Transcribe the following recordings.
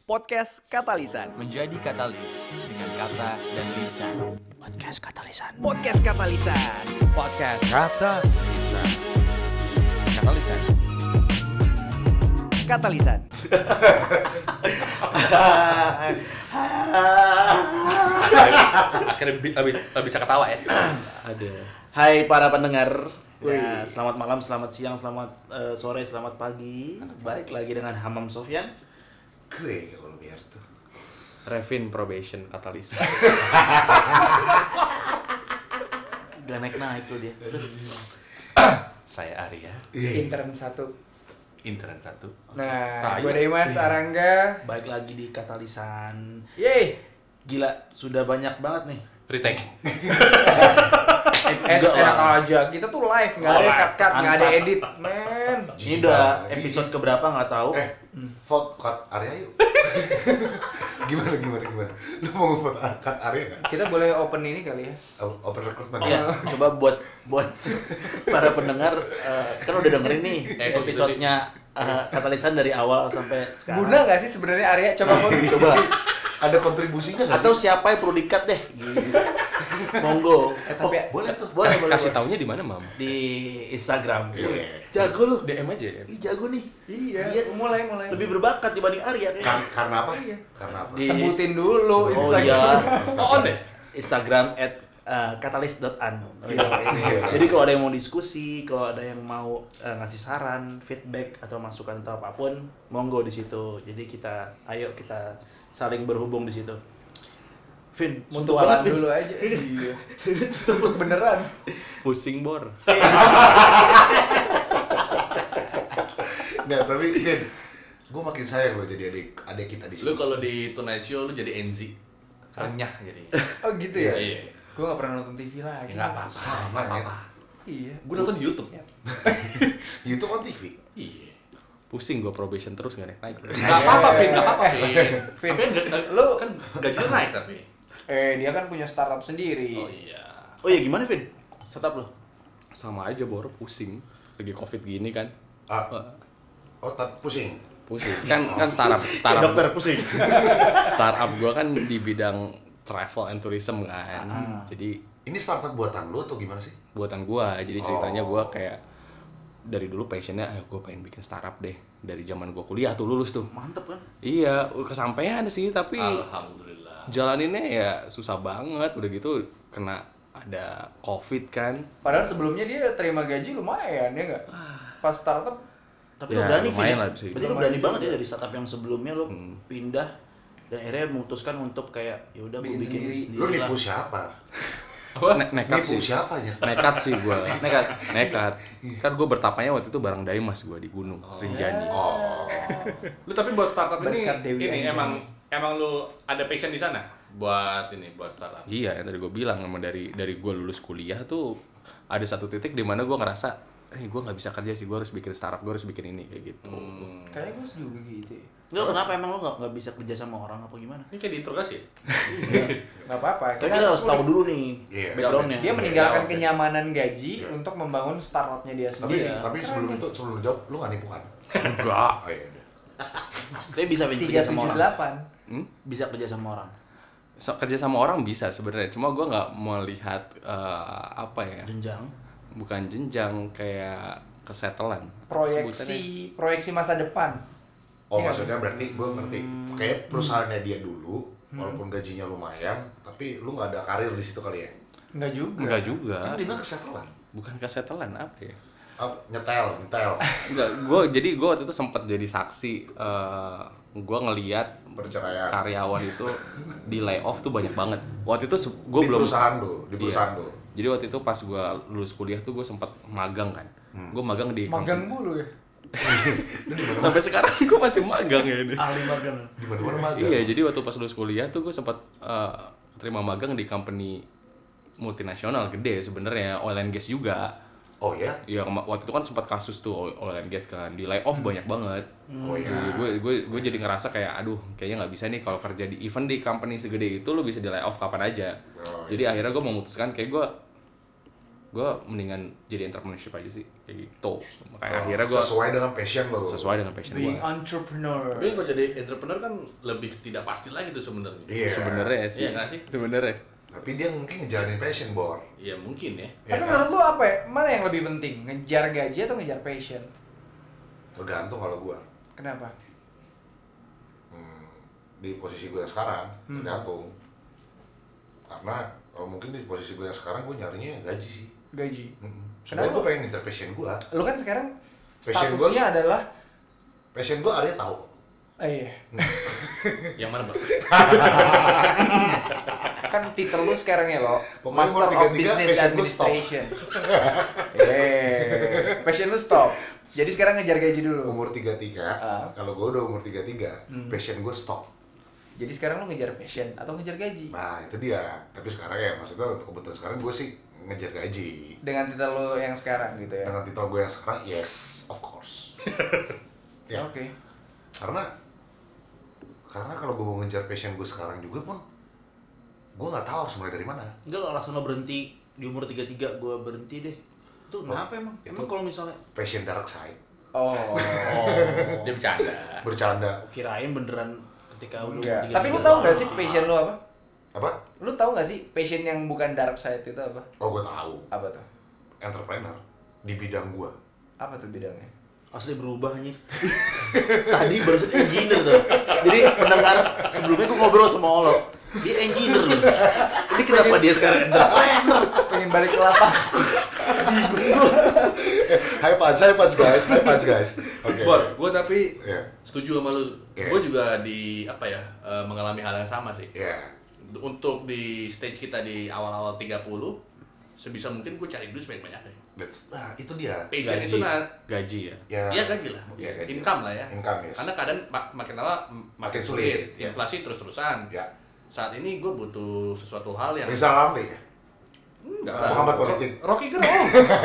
Podcast Katalisan. Menjadi katalis dengan kata dan lisan. Podcast Katalisan. Podcast Katalisan. Podcast Katalisan. Katalisan. Katalisan. Akhirnya bisa ketawa ya. Ada. Hai para pendengar. Ya, selamat malam, selamat siang, selamat sore, selamat pagi. Baik lagi dengan Hamam Sofyan. Gue Alberto. Revin probation katalis. Gak naik tuh dia. Saya Arya, Intern 1. intern 1. Nah, gue Dimas Arangga. Baik lagi di Katalisan. Yeay. Gila, sudah banyak banget nih. Retake. Enak aja. Kita tuh live, nggak ada cut-cut, nggak ada Mantap. edit, men. Ini udah episode keberapa nggak tahu. Vote cut area yuk. gimana? Lu mau vote cut area nggak? Kita boleh open ini kali ya. Open recruitment Ya, coba buat para pendengar kan udah dengerin nih episodenya Katalisan dari awal sampai sekarang. Guna nggak sih sebenarnya Arya? Coba. Ada kontribusinya nggak Atau sih? siapa yang perlu dikat deh? Gitu. Monggo. Tapi Boleh tuh. Boleh. Kasih taunya di mana, Mam? Di Instagram. Iya. Jago lu. DM aja ya. Ih, jago nih. iya, mulai. Lebih berbakat dibanding Arya kayaknya. Karena apa? Iya. Karena apa? Di- Sebutin dulu Oh Instagram. iya. On deh. Instagram @katalis.an. Iya. Jadi kalau ada yang mau diskusi, kalau ada yang mau ngasih saran, feedback atau masukan atau apapun, monggo di situ. Jadi kita saling berhubung di situ. Vin, suntuk Mutualan banget Vin. dulu aja. Iya. Suntuk beneran. Pusing bor. Nggak, tapi Vin, gue makin sayang lo jadi adik kita di sini. Lu kalau di Tonight Show lu jadi NZ. Renyah jadi. Oh gitu ya? Iya. Gue gak pernah nonton TV lagi. Ya enggak apa-apa. Sama, nggak ya. apa-apa. Iya. Gue nonton di YouTube. YouTube on TV. Iya. Pusing gue probation terus gak naik. Nggak apa-apa, Vin. Nggak apa-apa, Vin. Vin, Lu kan gajinya naik tapi. dia kan punya startup sendiri. Oh iya. Oh iya, gimana Vin? Setup lo. Sama aja bor, pusing. Lagi Covid gini kan. Oh, tapi pusing. Pusing. Kan startup pusing. startup gue kan di bidang travel and tourism kan. Jadi Ini startup buatan lo atau gimana sih? buatan gue. Jadi ceritanya gue kayak dari dulu passionnya, gue pengen bikin startup deh. Dari zaman gue kuliah tuh lulus tuh. Mantep kan? Iya, kesampaian sih tapi Alhamdulillah. jalaninnya ya susah banget. Udah gitu kena ada Covid kan. Padahal sebelumnya dia terima gaji lumayan, ya nggak? Pas startup, Tapi Ya, lo berani Vin. lumayan Ya? lah bisa Berarti lo hidup. berani Lumayan banget ya juga. dari startup yang sebelumnya lo pindah dan akhirnya memutuskan untuk kayak ya udah gue Bikin bikin sendiri. sendiri Lo lah. nipu siapa? Nekat Nipu sih. siapanya? Nekat sih gue. Nekat. Kan gue bertapanya waktu itu bareng Daimas gue di gunung Rinjani. Lu tapi buat startup ini Berkat Dewi Anjani. emang lu ada passion di sana buat startup. Iya, yang tadi gue bilang emang dari gue lulus kuliah tuh ada satu titik di mana gue ngerasa gue nggak bisa kerja sih, gue harus bikin startup, gue harus bikin ini kayak gitu. kayaknya gue juga gitu ya. Lo kenapa emang lo nggak bisa kerja sama orang apa gimana? Ini kayak diinterogasi. Nggak apa-apa. Tapi kita harus tahu dulu nih Iya. backgroundnya. Dia meninggalkan Oke. kenyamanan gaji Iya. untuk membangun startupnya dia Tapi sendiri. tapi sebelum itu sebelum lu jawab, lu nggak nipu kan? Enggak. Oh iya udah. Tapi bisa Vin, kerja sama orang. 378. Bisa kerja sama orang. Kerja sama orang bisa sebenarnya, cuma gue nggak melihat apa ya, Jenjang. bukan jenjang, kayak kesetelan. Proyeksi masa depan. Oh Iya. maksudnya berarti gue ngerti. Kayak perusahaannya dia dulu, walaupun gajinya lumayan, tapi lu nggak ada karir di situ kali ya? Enggak juga. Enggak juga, Kan dibilang kesetelan. bukan kesetelan apa ya? Nyetel. Enggak, gue waktu itu sempat jadi saksi. Gue ngeliat Perceraian. karyawan itu di layoff tuh banyak banget. Waktu itu gue Di belum perusahaan lu, di perusahaan Iya. lu. Jadi waktu itu pas gue lulus kuliah tuh gue sempat magang kan. Gue magang di Magang company. mulu ya. Lu di mana? Sampai sekarang gue masih magang ya ini. Ahli magang. Di mana magang? Iya, jadi waktu pas lulus kuliah tuh gue sempat terima magang di company multinasional gede sebenarnya, oil and gas juga. Oh ya? Iya, waktu itu kan sempat kasus tuh oil and gas kan, di layoff banyak banget. Oh ya. Gue jadi ngerasa kayak aduh kayaknya nggak bisa nih kalau kerja di event di company segede itu lo bisa di layoff kapan aja. Oh, Jadi akhirnya gue memutuskan kayak gue gue mendingan jadi entrepreneurship aja sih kayak gitu. Makanya akhirnya gue sesuai dengan passion lo. sesuai dengan passion gue. Being entrepreneur. Tapi kalau jadi entrepreneur kan lebih tidak pasti lagi tuh sebenarnya. Iya. Sebenarnya sih. Iya nggak sih? Sebenarnya. Tapi dia mungkin ngejalanin passion, Bor. Iya mungkin ya. Iya Tapi kan? menurut lu apa ya? Mana yang lebih penting? Ngejar gaji atau ngejar passion? Tergantung kalau gua. Kenapa? Di posisi gue yang sekarang tergantung. Karena kalau mungkin di posisi gue yang sekarang gue nyarinya gaji sih. Gaji. Sebenarnya Kenapa? gue pengen ngejar passion gue. Lu kan sekarang Passion statusnya adalah Passion gue Arya tahu kok. iya. Yang mana, Bang? Kan titel lu sekarang ya lo Pokoknya Master umur of 33, Business passion gua stop. Administration. Passion lu stop. Jadi sekarang ngejar gaji dulu. Umur 33, kalau gue udah umur 33, passion gue stop. Jadi sekarang lu ngejar passion atau ngejar gaji? Nah itu dia. Tapi sekarang ya maksudnya untuk kebutuhan sekarang gue sih ngejar gaji. Dengan titel lu yang sekarang gitu ya. Dengan titel gue yang sekarang, yes, of course. Ya. Oke. Karena kalau gue mau ngejar passion gue sekarang juga pun, gue nggak tahu harus mulai dari mana. Enggak lo alasan lo berhenti di umur 33 gue berhenti deh. Itu kenapa emang? itu- Emang kalau misalnya Passion dark side. Oh. Dia bercanda. Bercanda. kirain beneran ketika udah Enggak. umur 33 Tapi lu tahu nggak sih passion lu apa? Apa? Lu tahu nggak sih passion yang bukan dark side itu apa? Oh gue tahu. Apa tuh? Entrepreneur di bidang gue. Apa tuh bidangnya? Asli berubah anjir. Tadi barusan engineer tuh. Jadi pendengar sebelumnya gue ngobrol sama lo. Dia engineer loh. Ini kenapa dia sekarang entrepreneur? Pengen balik ke lapangan. High punch guys. Oke. Bor, gue tapi Iya. setuju sama lu. Iya. Gue juga mengalami hal yang sama sih. Ya. Untuk di stage kita di awal-awal 30, sebisa mungkin gue cari duit sebanyak-banyaknya. Nah itu dia. Passion Gaji. itu Gaji ya. Ya. Iya gaji lah, Iya, gaji. income lah ya. Income, yes. Karena keadaan makin lama makin sulit, ya. inflasi terus-terusan. Ya. Saat ini gue butuh sesuatu hal yang Rizal Ramli ya. enggak Muhammad Politik. Rocky Gerung.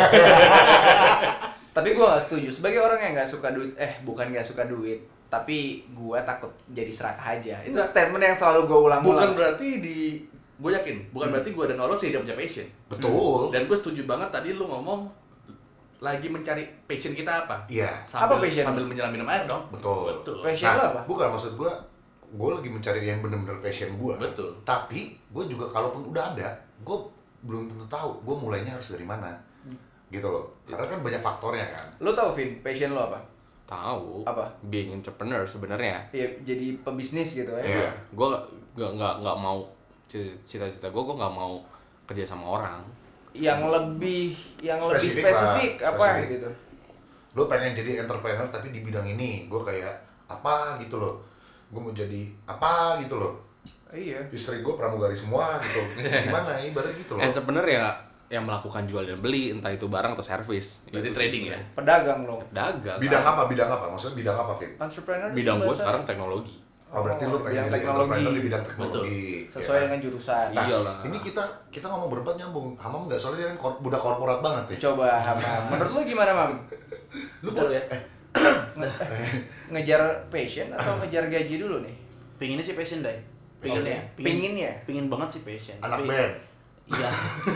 Tapi gue gak setuju. Sebagai orang yang gak suka duit, bukan gak suka duit, tapi gue takut jadi serakah aja. Itu Enggak. statement yang selalu gue Bukan ulang-ulang. berarti gue yakin, bukan berarti gue dan Olo tidak punya passion. Betul. Dan gue setuju banget tadi lu ngomong lagi mencari passion kita apa? Iya. Apa passion? Sambil menyelam minum air dong. Betul. Betul. Passion lo apa? Bukan maksud gue lagi mencari yang bener-bener passion gue. Betul. Tapi gue juga kalaupun udah ada, gue belum tentu tahu gue mulainya harus dari mana. Gitu loh. Karena kan banyak faktornya kan. Lu tau Vin, passion lo apa? Tahu. Apa? Being entrepreneur sebenarnya. Iya, jadi pebisnis gitu ya. Iya. Gue nggak mau cita-cita gue nggak mau kerja sama orang. Yang lebih Spesifik spesifik lah, apa spesifik. gitu. Lo pengen jadi entrepreneur tapi di bidang ini. Gue kayak apa gitu loh. Gue mau jadi apa gitu loh. Iya. Istri gue pramugari semua gitu. Gimana ibaratnya gitu loh. Entrepreneur ya yang melakukan jual dan beli, entah itu barang atau servis. Berarti Itu trading sih. ya? Pedagang lo. Dagang. Bidang apa? Maksudnya bidang apa, Vin? Entrepreneur itu Bidang gue bahasa- sekarang teknologi. Oh, berarti lo pengen bidang jadi teknologi. entrepreneur di bidang teknologi. Sesuai ya. dengan jurusan. Nah, Iyalah. ini kita ngomong berempat nyambung. Hamam nggak, soalnya dia kan budak korporat banget nih. Coba Hamam. Menurut lu gimana, Mam? Lu Bentar ya. Ngejar passion atau ngejar gaji dulu nih? Pinginnya sih passion deh. Passion Pinginnya. ya? Pinginnya? Pingin banget sih passion. anak Tapi- band. Iya.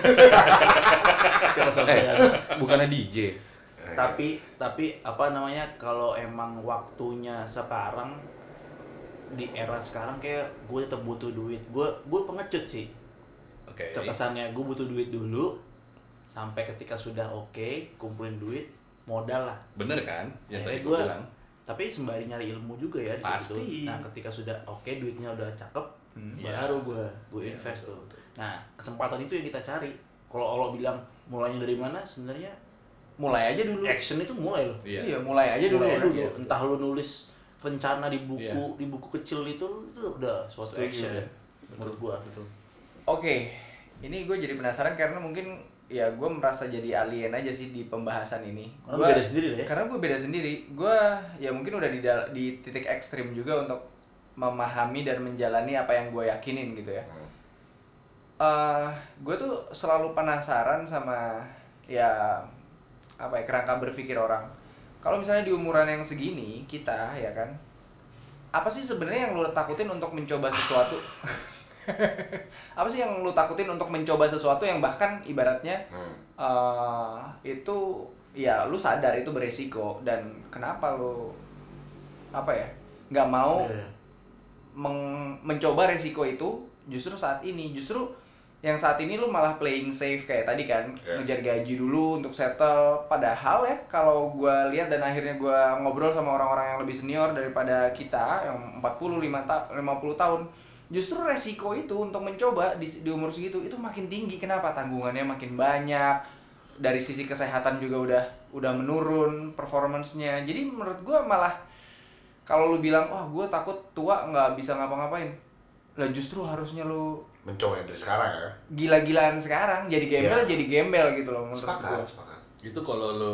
Jangan sampai ya. Bukannya DJ. Tapi apa namanya, kalau emang waktunya sekarang di era sekarang kayak gue tetap butuh duit. Gue pengecut sih. Oke. Terkesannya gue butuh duit dulu sampai ketika sudah oke, kumpulin duit, modal lah. Bener kan? Yang tadi Akhirnya gue bilang. tapi sembari nyari ilmu juga ya di situ. Pasti. Nah, ketika sudah oke, duitnya udah cakep, Ya. baru gue invest tuh. Nah, kesempatan itu yang kita cari. Kalau Allah bilang mulainya dari mana, sebenarnya Mulai aja dulu. action itu mulai loh. Iya, mulai aja dulu. Mulai orang. dulu. Entah lu nulis rencana di buku Iya. di buku kecil itu udah suatu Setuju, action ya. menurut gua. Betul. Oke, ini gue jadi penasaran karena mungkin ya gue merasa jadi alien aja sih di pembahasan ini. Karena Gua- beda sendiri lah ya. Karena gue beda sendiri. Gue ya mungkin udah di titik ekstrim juga untuk memahami dan menjalani apa yang gue yakinin gitu ya. Gue tuh selalu penasaran sama ya apa ya, kerangka berpikir orang. Kalau misalnya di umuran yang segini kita ya kan, apa sih sebenarnya yang lo takutin untuk mencoba sesuatu? Apa sih yang lu takutin untuk mencoba sesuatu yang bahkan ibaratnya itu ya lu sadar itu beresiko, dan kenapa lu apa ya nggak mau mencoba resiko itu justru saat ini, justru yang saat ini lu malah playing safe kayak tadi kan, ngejar gaji dulu untuk settle. Padahal ya kalau gue lihat dan akhirnya gue ngobrol sama orang-orang yang lebih senior daripada kita yang 50 tahun, justru resiko itu untuk mencoba di umur segitu itu makin tinggi. Kenapa? Tanggungannya makin banyak, dari sisi kesehatan juga udah menurun performance-nya. Jadi menurut gue malah kalau lu bilang gue takut tua nggak bisa ngapa-ngapain, lah justru harusnya lu mencoba yang dari sekarang ya. Gila-gilaan sekarang, jadi gembel gitu loh menurut gue. Sepakat. Itu kalau lo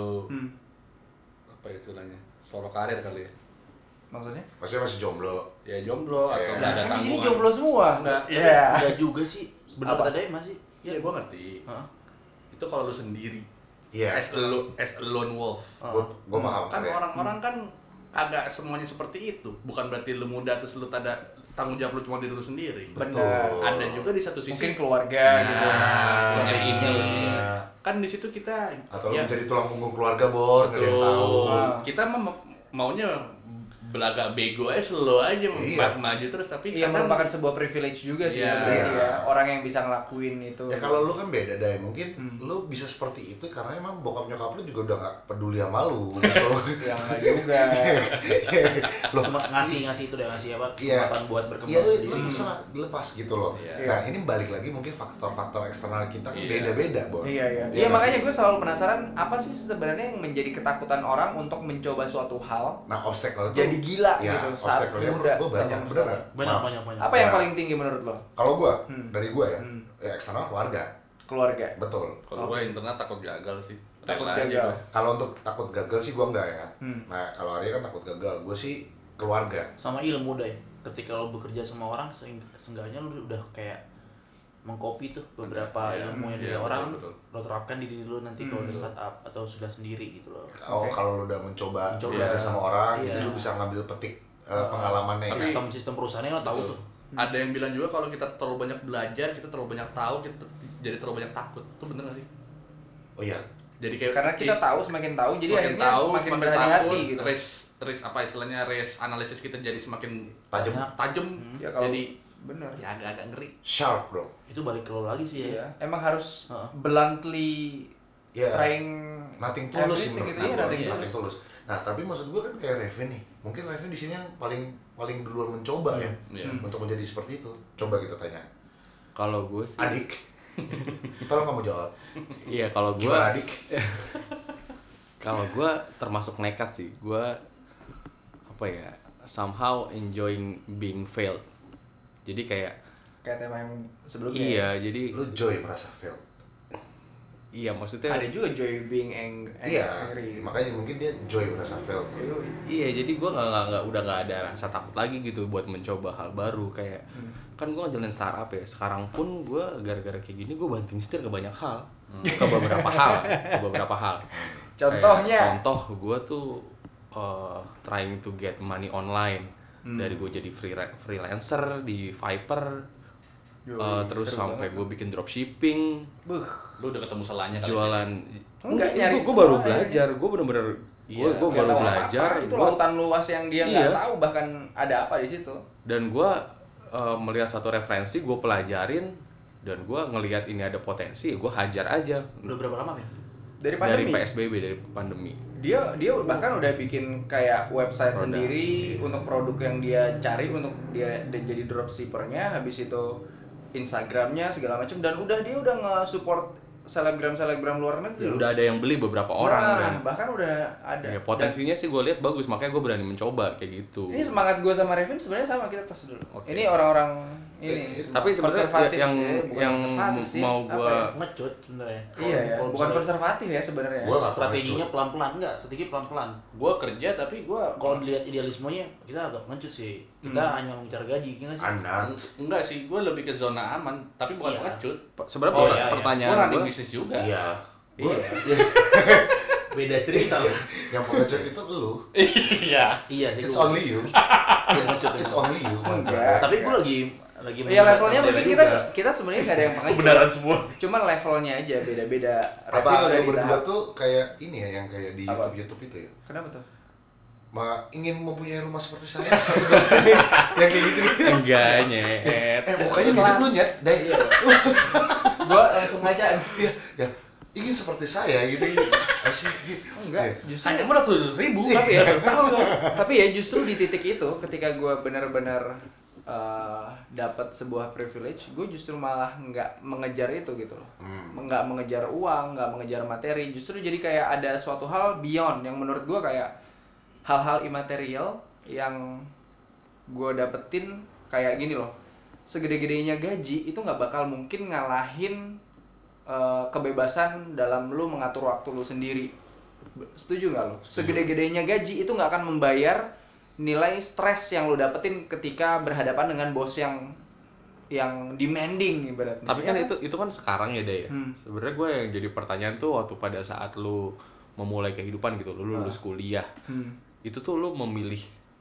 apa istilahnya? Solo karir kali ya. Maksudnya? Maksudnya masih jomblo. Ya jomblo atau nggak ada Kan di sini tanggungan. jomblo semua. Enggak. Enggak juga sih. Benar Apa? kata Dai masih. Iya, gua ngerti. Itu kalau lu sendiri. Iya. As a lone wolf. Gue paham. Kan ya. orang-orang kan agak semuanya seperti itu. Bukan berarti lu muda terus lu ada tanggung jawab lu cuma diri lu sendiri. Benar. Ada juga di satu sisi Mungkin keluarga gitu. strateginya Iya. kan di situ kita Atau lu menjadi tulang punggung keluarga, Bor, nggak ada yang tahu. kita maunya belaga bego aja, slow aja Iya. maju terus, tapi Iya, kadang merupakan sebuah privilege juga sih Iya. berarti Iya. ya. Orang yang bisa ngelakuin itu. Ya kalau lu kan beda, Dai. Mungkin lu bisa seperti itu karena emang bokap nyokap lu juga udah gak peduli sama lu gitu. Yang enggak juga. Loh, Cuma ngasih itu deh, ngasih apa? Iya. Kesempatan buat berkembang Iya, sendiri. lu terserah dilepas gitu loh. Iya. Nah, ini balik lagi mungkin faktor-faktor eksternal kita kan Iya. beda-beda, Bor. Iya. Iya Iya, nggak makanya sih? gue selalu penasaran apa sih sebenarnya yang menjadi ketakutan orang untuk mencoba suatu hal Nah, obstacle itu jadi gila ya, gitu saat obstacle-nya muda menurut gua banyak, sama bener sekarang. nggak? Banyak. Apa yang Ya. paling tinggi menurut lo? Kalau gua, dari gua ya, ya eksternal keluarga. Keluarga. Betul. kalau gue internal takut gagal sih. Takut Rela aja gagal. gua. Kalau untuk takut gagal sih gua enggak ya. Nah, kalau Arya kan takut gagal, gua sih keluarga. Sama ilmu deh. Ketika lo bekerja sama orang, seenggaknya lo udah kayak mengcopy tuh beberapa Iya, ilmu yang iya, dari betul, orang, betul. lo terapkan di diri lo nanti kalau udah startup atau sudah sendiri gitu loh. Oh, kalau lu udah mencoba Mencoba. bekerja sama orang, Iya. jadi lu bisa ngambil petik pengalamannya. Sistem perusahaannya lo tahu tuh. Ada yang bilang juga kalau kita terlalu banyak belajar, kita terlalu banyak tahu, kita jadi terlalu banyak takut. Itu bener gak sih? Oh iya. Jadi kayak Karena kita tahu semakin tahu, jadi semakin akhirnya tahu, makin semakin berhati-hati takut, gitu. risk apa istilahnya, risk analisis kita jadi semakin Tajam. tajam. Ya kalau Jadi bener. ya agak-agak ngeri. Sharp, bro. Itu balik ke lo lagi sih ya. Iya, emang harus Heeh. bluntly Iya. trying Nothing tulus sih everything menurut gitu, iya, gua. nothing Nothing tulus. Nah, tapi maksud gua kan kayak Revin nih. Mungkin Revin di sini yang paling duluan mencoba ya. Iya. Untuk menjadi seperti itu. Coba kita tanya. Kalau gue sih, Adik. Tolong kamu jawab. iya kalau gue, Gimana, Adik? kalau gue termasuk nekat sih. Gue apa ya, somehow enjoying being failed. Jadi kayak tema yang sebelumnya. iya, jadi Lu joy merasa fail. iya maksudnya Ada juga joy being Iya, angry. makanya mungkin dia joy merasa fail. iya, jadi gue udah nggak ada rasa takut lagi gitu buat mencoba hal baru. Kayak kan gue ngejalanin startup ya. Sekarang pun gue gara-gara kayak gini gue banting setir ke banyak hal, ke beberapa hal. Contohnya? Kayak contoh gue tuh trying to get money online. Dari gue jadi freelancer di Fiverr. Terus seru sampai banget gue bikin dropshipping, Lu udah ketemu salahnya kali jualan. Enggak, nyari gue baru semua belajar, gue bener-bener Iya, gue Nggak baru tahu belajar. apa-apa. Itu gua- lautan luas yang dia nggak Iya. tahu bahkan ada apa di situ. Dan gue melihat satu referensi, gue pelajarin, dan gue ngelihat ini ada potensi, gue hajar aja. Udah berapa lama kan? Dari Dari pandemi. PSBB, dari pandemi. Dia bahkan udah bikin kayak website sendiri untuk produk yang dia cari, untuk dia jadi dropshippernya, habis itu Instagramnya segala macam, dan dia udah nge-support selebgram luar negeri. loh. Udah ada yang beli beberapa orang. Nah, Dan bahkan udah ada. ya, potensinya sih gue lihat bagus, makanya gue berani mencoba kayak gitu. Ini semangat gue sama Revin sebenarnya sama, kita tes dulu. Oke. Ini orang-orang ini Tapi sebenarnya konservatif yang ya, bukan yang konservatif sih, mau apa gue ya? Ngecut sebenarnya. Iya ya, Kalau bukan misalnya konservatif ya sebenarnya. Gua nggak strateginya pelan-pelan, enggak, strategi pelan-pelan. Gue kerja tapi gue Kalau dilihat idealismenya, kita agak ngecut sih. Kita hanya mengejar gaji, gitu nggak sih? Anak. enggak sih, gue lebih ke zona aman, tapi bukan Iya. pengecut. sebenarnya Oh, iya, iya. pertanyaan Gue running gue, bisnis juga. Iya. Iya. Beda cerita lah. Yang pengecut itu lu. Iya. Iya, sih. It's only you. It's only you. Enggak. Tapi gue lagi ya levelnya membela mungkin juga. kita sebenarnya nggak ada yang pengecut. Kebenaran semua. Cuman levelnya aja beda-beda. Apa Review udah lu di berdua tahap. tuh kayak ini ya, yang kayak di Apa? YouTube itu ya? Kenapa tuh? Ingin mempunyai rumah seperti saya satu dua yang kayak gitu. Enggak nyet. Mukanya mirip lu Nyet, Dai. Iya. Gua langsung ngaca. Iya, ya. Ingin seperti saya gitu. Asik. Enggak, justru Hanya murah 700.000. tapi ya justru di titik itu ketika gue benar-benar dapat sebuah privilege, gue justru malah nggak mengejar itu gitu loh, nggak mengejar uang, nggak mengejar materi, justru jadi kayak ada suatu hal beyond yang menurut gue kayak hal-hal imaterial yang gue dapetin kayak gini loh, segede-gedenya gaji itu nggak bakal mungkin ngalahin kebebasan dalam lu mengatur waktu lu sendiri. Setuju nggak lo? Segede-gedenya gaji itu nggak akan membayar nilai stres yang lo dapetin ketika berhadapan dengan bos yang demanding ibaratnya. Tapi kan itu kan sekarang ya Day. Sebenarnya gue yang jadi pertanyaan tuh waktu pada saat lu memulai kehidupan gitu, lu lulus kuliah. Itu tuh lu memilih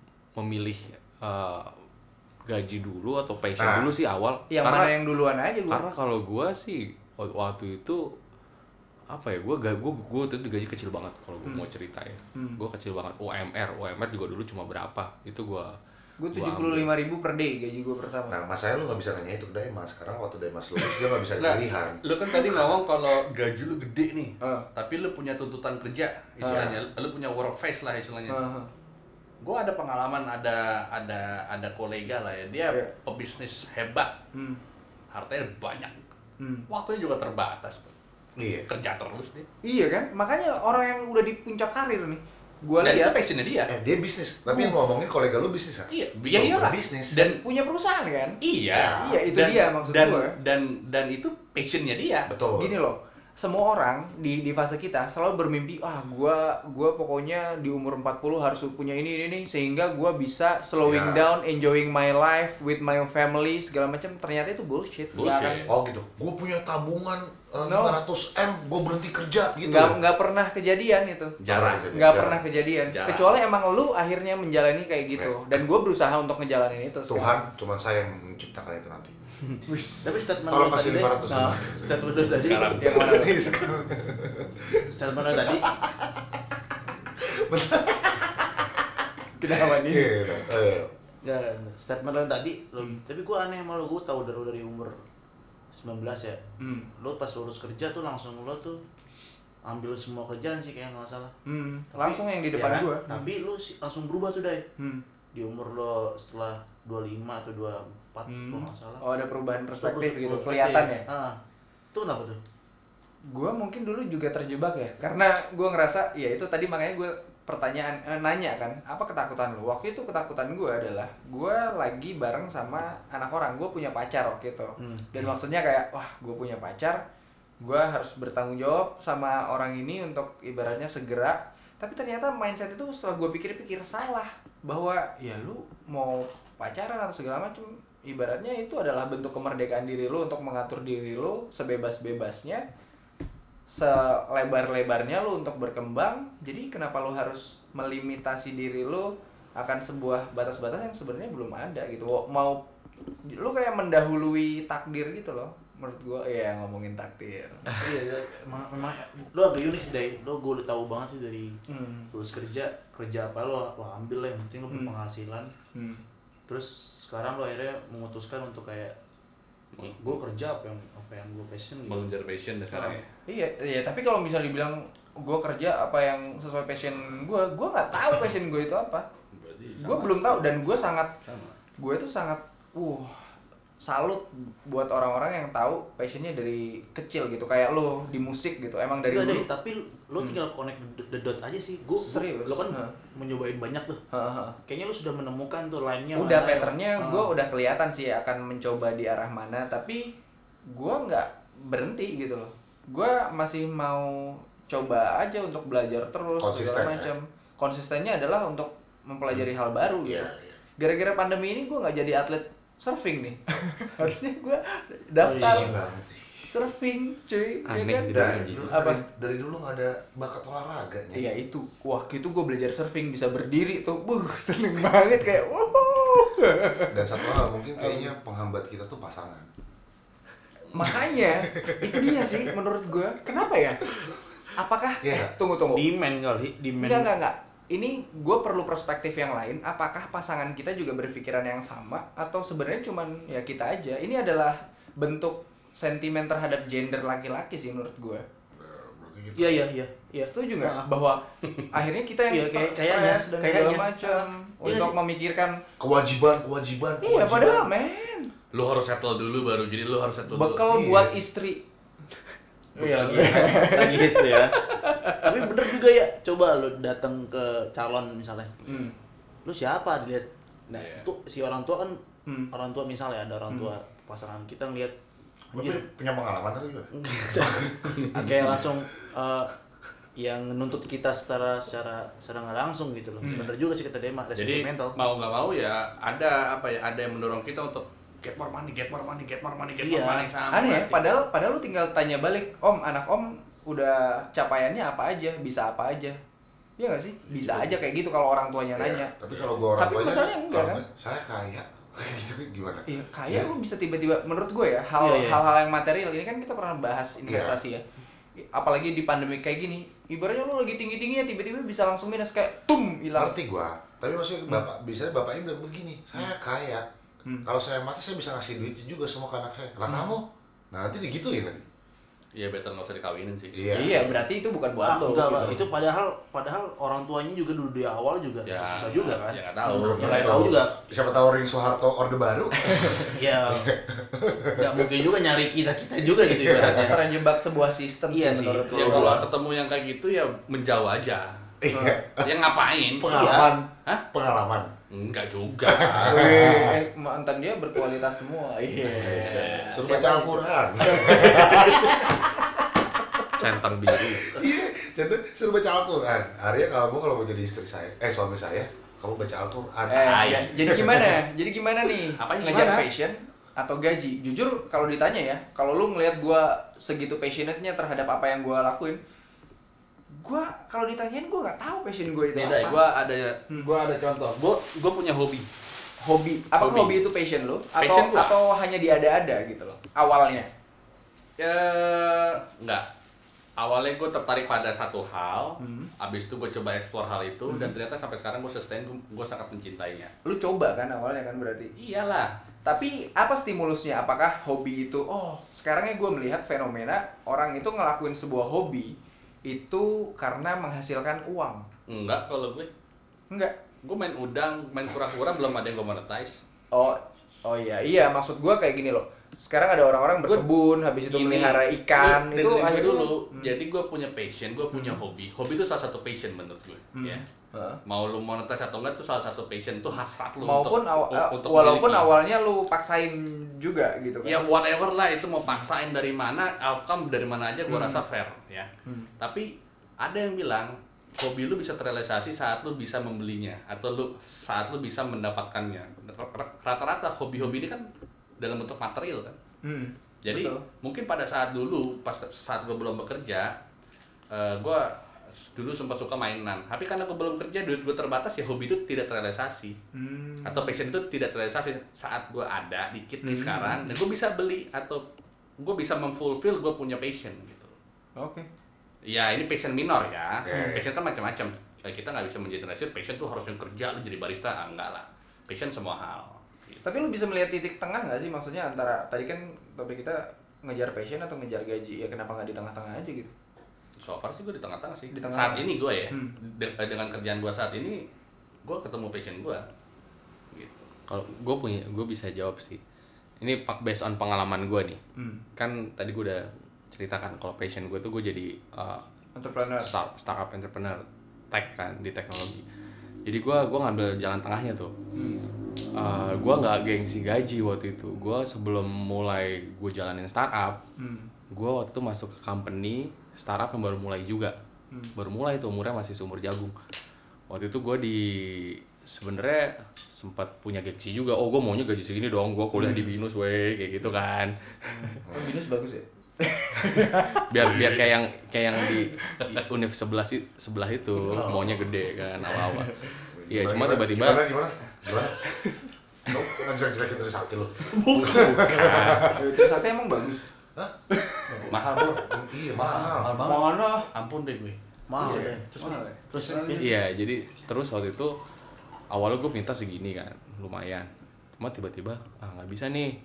gaji dulu atau passion dulu sih awal. Yang mana yang duluan aja gue? Karena kalau gue sih waktu itu apa ya, gue waktu itu gaji kecil banget kalau gue mau cerita ya. Gue kecil banget. UMR juga dulu cuma berapa, itu gue 75.000 per day gaji gue pertama. Nah, masanya lu nggak bisa nanya itu ke Daimas. Sekarang waktu Daimas lulus dia nggak bisa pilihan. Lu kan tadi ngomong kalau gaji lu gede nih, tapi lu punya tuntutan kerja istilahnya, lu punya work face lah istilahnya. Gue ada pengalaman, ada kolega lah ya, dia pebisnis hebat, hartanya banyak, waktunya juga terbatas. Iya. Kerja terus deh. Iya kan? Makanya orang yang udah di puncak karir nih, gue Dan itu lihat passionnya dia. Dia bisnis. Tapi yang ngomongin kolega lu bisnis kan? Iya, Bukan iyalah. bisnis. Dan punya perusahaan kan? iya, Iya, itu dia maksud gue. Dan itu passionnya dia. Betul. Gini loh, semua orang di fase kita selalu bermimpi, gua pokoknya di umur 40 harus punya ini nih sehingga gua bisa slowing down, enjoying my life with my family segala macam. Ternyata itu bullshit. Bullshit. Oh gitu. Gue punya tabungan 500M, gue berhenti kerja gitu. Nggak pernah kejadian itu. Jarang. Nggak pernah kejadian. Jarang. Kecuali emang lu akhirnya menjalani kayak gitu. Dan gue berusaha untuk ngejalanin itu. Tuhan, cuman saya yang menciptakan itu nanti. Tapi statement Tolong lu kasih tadi, 500. Nah. statement lu tadi, Sekarang. Yang mana? Sekarang. statement lu tadi, Kenapa nih? ya, statement lu tadi, tapi gue aneh sama lu, gue tau dari umur 19 ya, lu pas lulus kerja tuh langsung lu tuh ambil semua kerjaan sih kayak nggak salah. Langsung yang di depan kan? gue. Tapi lu langsung berubah tuh Day. Di umur lo setelah 25 atau 24 kalau nggak salah. Oh, ada perubahan perspektif Terus gitu, perspektif. kelihatan ya. Itu kenapa tuh? Gue mungkin dulu juga terjebak ya, karena gue ngerasa ya itu tadi makanya gue nanya kan, apa ketakutan lu? Waktu itu ketakutan gue adalah gue lagi bareng sama anak orang, gue punya pacar waktu itu. Dan maksudnya kayak, wah gue punya pacar, gue harus bertanggung jawab sama orang ini untuk ibaratnya segera. Tapi ternyata mindset itu setelah gue pikir-pikir salah, bahwa ya lu mau pacaran atau segala macam, ibaratnya itu adalah bentuk kemerdekaan diri lu untuk mengatur diri lu sebebas-bebasnya, selebar-lebarnya lu untuk berkembang. Jadi kenapa lu harus melimitasi diri lu akan sebuah batas-batas yang sebenarnya belum ada gitu. Mau lu kayak mendahului takdir gitu loh. Menurut gua ya ngomongin takdir. Iya, emang lu agak unik sih Day. Lu gue udah tahu banget sih dari lulus kerja apa lu ambil lah, yang penting lu berpenghasilan. Terus sekarang lu akhirnya memutuskan untuk kayak gue kerja apa yang gue passion gitu. Mengejar passion deh sekarang ya. Iya, tapi kalau misalnya dibilang gue kerja apa yang sesuai passion gue nggak tahu passion gue itu apa. Gue belum tahu, dan gue tuh sangat salut buat orang-orang yang tahu passionnya dari kecil gitu, kayak lo di musik gitu, emang dari Enggak, dulu. Day, tapi lu tinggal connect the dot aja sih. Serius? Lu kan mencobain banyak tuh. Kayaknya lu sudah menemukan tuh line-nya Udah mana patternnya gue udah kelihatan sih akan mencoba di arah mana, tapi gue nggak berhenti gitu loh. Gue masih mau coba aja untuk belajar terus segala macam. Konsistennya adalah untuk mempelajari hal baru gitu. Gara-gara pandemi ini gue nggak jadi atlet surfing nih. Harusnya gue daftar. surfing cuy, Aneh ya kan? gitu. Dan Gitu. lu Apa? dari dulu nggak ada bakat olahraganya. Iya itu, waktu itu gue belajar surfing bisa berdiri tuh, seneng banget kayak, Dan satu hal mungkin kayaknya penghambat kita tuh pasangan. Makanya itu dia sih menurut gue, kenapa ya? Apakah? Iya. Tunggu. Demand kali, demand. Enggak. Ini gue perlu perspektif yang lain. Apakah pasangan kita juga berpikiran yang sama atau sebenarnya cuman ya kita aja? Ini adalah bentuk sentimen terhadap gender laki-laki sih menurut gue. Berarti gitu. Iya. Setuju nggak? Bahwa akhirnya kita yang Iya, stres kayaknya. dan segala macam Iya untuk sih. memikirkan. Kewajiban. Iya padahal men, Lu harus settle dulu baru, jadi lu harus settle dulu. bekal Iya. buat istri. Iya lagi hits tuh ya. Tapi bener juga ya, coba lu datang ke calon misalnya. Lu siapa dilihat? Nah, Iya. itu si orang tua kan orang tua misalnya ada orang tua pasangan kita ngelihat Tapi punya pengalaman tadi juga. kayak langsung yang nuntut kita secara nggak langsung gitu loh. Bener juga sih kata Dema, ada Jadi sentimental. mau nggak mau ya ada yang mendorong kita untuk get more money Iya. sama Aneh ya, berarti. padahal lu tinggal tanya balik, Om, anak Om udah capaiannya apa aja, bisa apa aja. Iya gak sih? Bisa aja kayak gitu kalau orang tuanya nanya. Iya, tapi kalau gua orang Tapi tuanya, masalahnya enggak, kalau kan? enggak, saya kaya. Gitu gimana? Iya, kayak lu bisa tiba-tiba, menurut gue ya, Iya. hal-hal yang material ini kan kita pernah bahas investasi ya. Apalagi di pandemi kayak gini, ibaratnya lu lagi tinggi-tingginya tiba-tiba bisa langsung minus kayak boom hilang. Ngerti gua. Tapi maksudnya biasanya bapaknya bilang begini, saya kaya. Kalau saya mati saya bisa ngasih duit juga semua ke anak saya. Lah kamu? Nah nanti digituin lagi. Iya better nggak usah dikawinin sih. Iya, berarti itu bukan buat lo. Enggak, gitu. Pak. Itu padahal orang tuanya juga dulu di awal juga Ya, susah juga kan. Ya nggak tahu. Belum Yang lain tentu. tahu juga. Siapa tahu Ring Soeharto Orde Baru. Ya, nggak mungkin juga nyari kita juga gitu ibaratnya. Terjebak sebuah sistem Iya sih sih. menurut Ya lo. kalau ketemu yang kayak gitu ya menjauh aja. Iya. Ya ngapain? Pengalaman. Hah? Pengalaman. Enggak juga. Mantan dia berkualitas semua. Iya. Suruh baca Al-Quran. Centang biru. Iya, contoh suruh baca Al-Quran. Arya kalau mau jadi suami saya, kamu baca Al-Quran. Jadi gimana nih? Apanya Ngejar gimana? passion atau gaji? Jujur kalau ditanya ya, kalau lu ngelihat gua segitu passionate-nya terhadap apa yang gua lakuin, gua kalau ditanyain gua nggak tahu passion gua itu Beda ya, apa. gua ada contoh. Gua punya hobi. Hobi. Apa Hobi. hobi itu passion lu? Passion gua. Atau hanya diada-ada gitu loh awalnya? Ya enggak. Awalnya gue tertarik pada satu hal, abis itu gue coba explore hal itu, dan ternyata sampai sekarang gue sustain, gue sangat mencintainya. Lu coba kan awalnya kan berarti. Iyalah. Tapi apa stimulusnya? Apakah hobi itu, sekarangnya gue melihat fenomena orang itu ngelakuin sebuah hobi itu karena menghasilkan uang. Enggak kalau gue. Enggak. Gue main udang, main kura-kura belum ada yang gue monetize. Oh iya, maksud gue kayak gini loh. Sekarang ada orang-orang berkebun, habis itu Gini, melihara ikan, lu itu dengerin gue akhirnya dulu. Jadi gue punya passion, gue punya hobi. Hobi itu salah satu passion menurut gue, ya. Mau lu monetize atau enggak itu salah satu passion, itu hasrat lu maupun untuk walaupun memiliki. awalnya lu paksain juga gitu kan. Ya whatever lah, itu mau paksain dari mana, outcome dari mana aja gue rasa fair, ya. Tapi ada yang bilang hobi lu bisa terrealisasi saat lu bisa membelinya atau saat lu bisa mendapatkannya. Rata-rata hobi-hobi ini kan dalam bentuk material kan. Jadi betul. mungkin pada saat gue belum bekerja, gue dulu sempat suka mainan. Tapi karena gue belum kerja, duit gue terbatas, ya hobi itu tidak terrealisasi. Atau passion itu tidak terrealisasi saat gue ada dikit nih sekarang, dan gue bisa beli atau gue bisa memfulfill gue punya passion gitu. Oke. Ya ini passion minor ya. Passion kan macam-macam. Kita nggak bisa mengeneralisir passion tuh harus yang kerja lu jadi barista, enggak lah. Passion semua hal. Tapi lu bisa melihat titik tengah nggak sih, maksudnya antara tadi kan topik kita ngejar passion atau ngejar gaji, ya kenapa nggak di tengah-tengah aja gitu? So far sih gue di tengah-tengah sih. Di tengah. Saat ini gue ya, dengan kerjaan gue saat ini, gue ketemu passion gue. Gitu. Kalau gue bisa jawab sih. Ini based on pengalaman gue nih. Kan tadi gue udah ceritakan kalau passion gue tuh gue jadi Entrepreneur. startup entrepreneur tech kan di teknologi. Jadi gue ngambil jalan tengahnya tuh. Gue nggak gengsi gaji waktu itu. Gue sebelum mulai gue jalanin startup, gue waktu itu masuk ke company startup yang baru mulai juga. Baru mulai tuh, umurnya masih seumur jagung. Waktu itu gue sebenarnya sempat punya gengsi juga. Gue maunya gaji segini dong. Gue kuliah di BINUS, kayak gitu kan. Binus bagus ya? biar kayak yang di univ sebelah itu maunya gede kan awal-awal. Iya, cuma tiba-tiba gimana? Lu ngejelek-jelekin dari sakti lu. Trisakti emang bagus. Hah? Mahal bro. Iya, mahal. banget. Mana? Ampun deh gue. Mahal Iya. ya. Terus iya, jadi terus waktu itu awalnya gue minta segini kan, lumayan. Cuma tiba-tiba nggak bisa nih.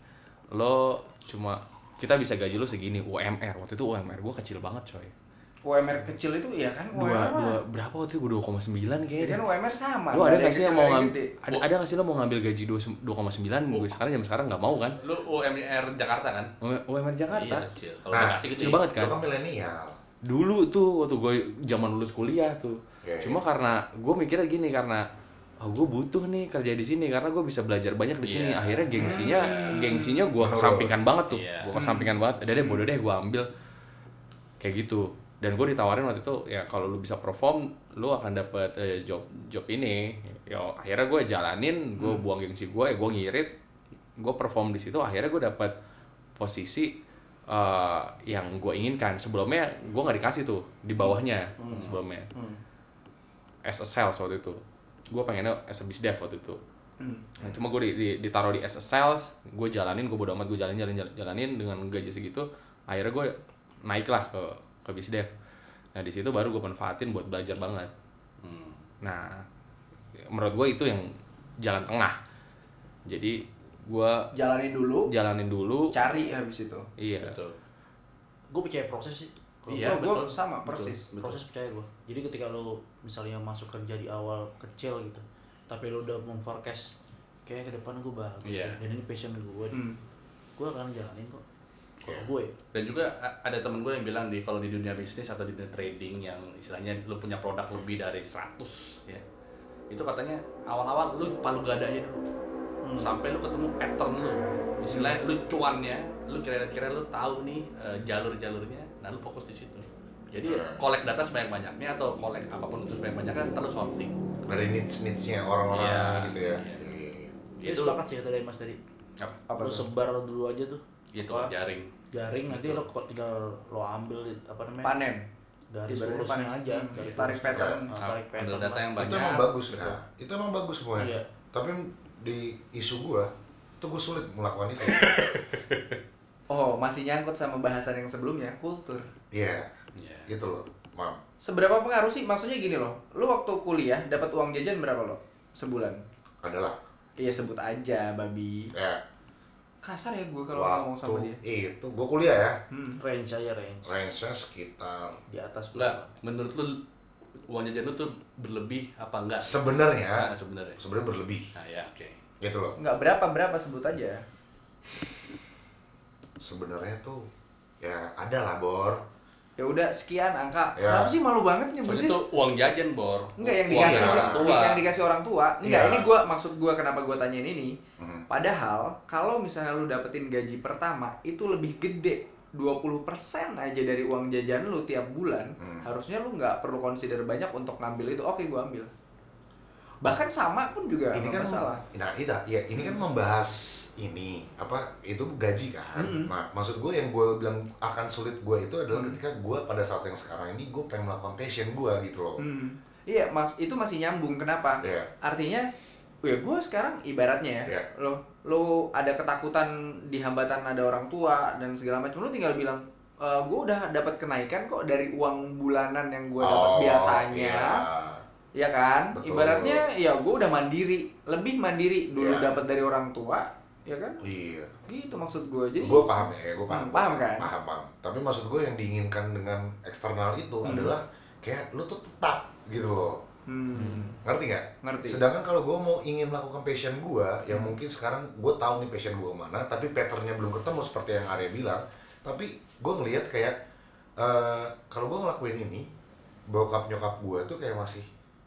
Kita bisa gaji lo segini UMR. Waktu itu UMR gue kecil banget coy. UMR kecil itu ya kan Berapa waktu itu gue 2,9 kayaknya. kan UMR sama. Lu ada nggak sih yang mau ngambil? ada nggak sih lo mau ngambil gaji 2,9? Gue sekarang nggak mau kan. Lu UMR Jakarta kan? UMR Jakarta. Iya kecil. Kalau Nah, Bekasi Kecil banget kan. Lu kan milenial. Dulu tuh waktu gue zaman lulus kuliah tuh. Yeah. Cuma karena gue mikirnya gini, karena gue butuh nih kerja di sini karena gue bisa belajar banyak di sini. Yeah. Akhirnya gengsinya gue kesampingkan banget tuh. Yeah. Gue kesampingkan banget. Udah deh bodoh deh gue ambil kayak gitu. Dan gue ditawarin waktu itu ya kalau lu bisa perform lu akan dapat job ini. Ya akhirnya gue jalanin, gue buang gengsi gue, gue ngirit, gue perform di situ. Akhirnya gue dapat posisi yang gue inginkan. Sebelumnya gue nggak dikasih tuh di bawahnya sebelumnya. As a sales waktu itu, gue pengennya as a biz dev waktu itu. Nah, cuma gue ditaruh di as a sales, gue jalanin, gue bodo amat, gue jalanin dengan gaji segitu. Akhirnya gue naik lah ke biz dev. Nah di situ baru gue manfaatin buat belajar banget. Nah menurut gue itu yang jalan tengah. Jadi gue jalanin dulu, cari habis itu. Iya. Betul. gue percaya proses sih. Iya, gue betul. sama persis. Proses percaya gue. Jadi ketika lo misalnya masuk kerja di awal kecil gitu, tapi lo udah memforecast kayak ke depan gue bagus Iya. dan ini passion gue, gue akan jalanin kok. Kalau gue. Dan juga ada temen gue yang bilang kalau di dunia bisnis atau di dunia trading yang istilahnya lu punya produk lebih dari 100 ya. Itu katanya awal-awal lu palu gada aja dulu. Sampai lu ketemu pattern lu. Istilahnya lu cuannya, lu kira-kira lu tahu nih jalur-jalurnya, nah lu fokus di situ. Jadi collect data sebanyak-banyaknya atau collect apapun itu sebanyak-banyaknya terus sorting. Dari needs-nya orang-orang gitu ya. Itu sepakat sih kata dari Mas tadi. Apa Lo tuh? sebar dulu aja tuh. Itu Apa? jaring. Nanti lo tinggal lo ambil apa namanya? Panen. Garis Ibaratnya lurusnya panen. aja. Tarik lurusnya. pattern. Tarik Ambil pattern. data yang banyak. Itu emang bagus ya. Itu emang bagus semuanya. Iya. Tapi di isu gua itu gue sulit melakukan itu. Oh, masih nyangkut sama bahasan yang sebelumnya, kultur. Iya. Iya. Gitu loh, Mam. Seberapa pengaruh sih? Maksudnya gini loh, lu waktu kuliah dapat uang jajan berapa lo sebulan? Adalah. Iya sebut aja, babi. Ya. Kasar ya gue kalau ngomong sama dia. Itu gue kuliah ya. Range aja range. Range-nya sekitar Di atas. Lah, menurut lu uang jajan lu tuh berlebih apa enggak? sebenarnya Nah, sebenarnya. berlebih. Nah, ya oke. Gitu loh. Nggak berapa sebut aja. Sebenarnya tuh ya ada lah, Bor. Ya udah sekian angka. Ya. Kenapa sih malu banget Soalnya nyebutin? itu uang jajan, Bor. Enggak yang Uang dikasih dari orang tua. yang dikasih orang tua. Enggak, Iya. ini maksud gua kenapa gua tanyain ini. Padahal kalau misalnya lu dapetin gaji pertama itu lebih gede 20% aja dari uang jajan lu tiap bulan, harusnya lu nggak perlu consider banyak untuk ngambil itu. Oke, gua ambil. Bahkan sama pun juga Ini nggak kan masalah. Nah, ini kan membahas ini apa itu gaji kan. Nah, maksud gue yang gue bilang akan sulit gue itu adalah ketika gue pada saat yang sekarang ini gue pengen melakukan passion gue gitu loh. Iya, itu masih nyambung. Kenapa? Iya. Artinya, ya gue sekarang ibaratnya ya, Iya. lo ada ketakutan di hambatan ada orang tua dan segala macam, lo tinggal bilang, gue udah dapat kenaikan kok dari uang bulanan yang gue dapat biasanya. Iya. Ya kan? Betul. Ibaratnya ya gue udah mandiri, lebih mandiri dulu Iya. dapat dari orang tua, ya kan? Iya. Gitu maksud gue. Jadi Gue paham ya, gue paham. Paham kan? Paham. Tapi maksud gue yang diinginkan dengan eksternal itu adalah kayak lu tuh tetap gitu loh. Ngerti nggak? Ngerti. Sedangkan kalau gue mau ingin melakukan passion gue, yang mungkin sekarang gue tahu nih passion gue mana, tapi patternnya belum ketemu seperti yang Arya bilang. Tapi gue ngelihat kayak kalau gue ngelakuin ini, bokap nyokap gue tuh kayak masih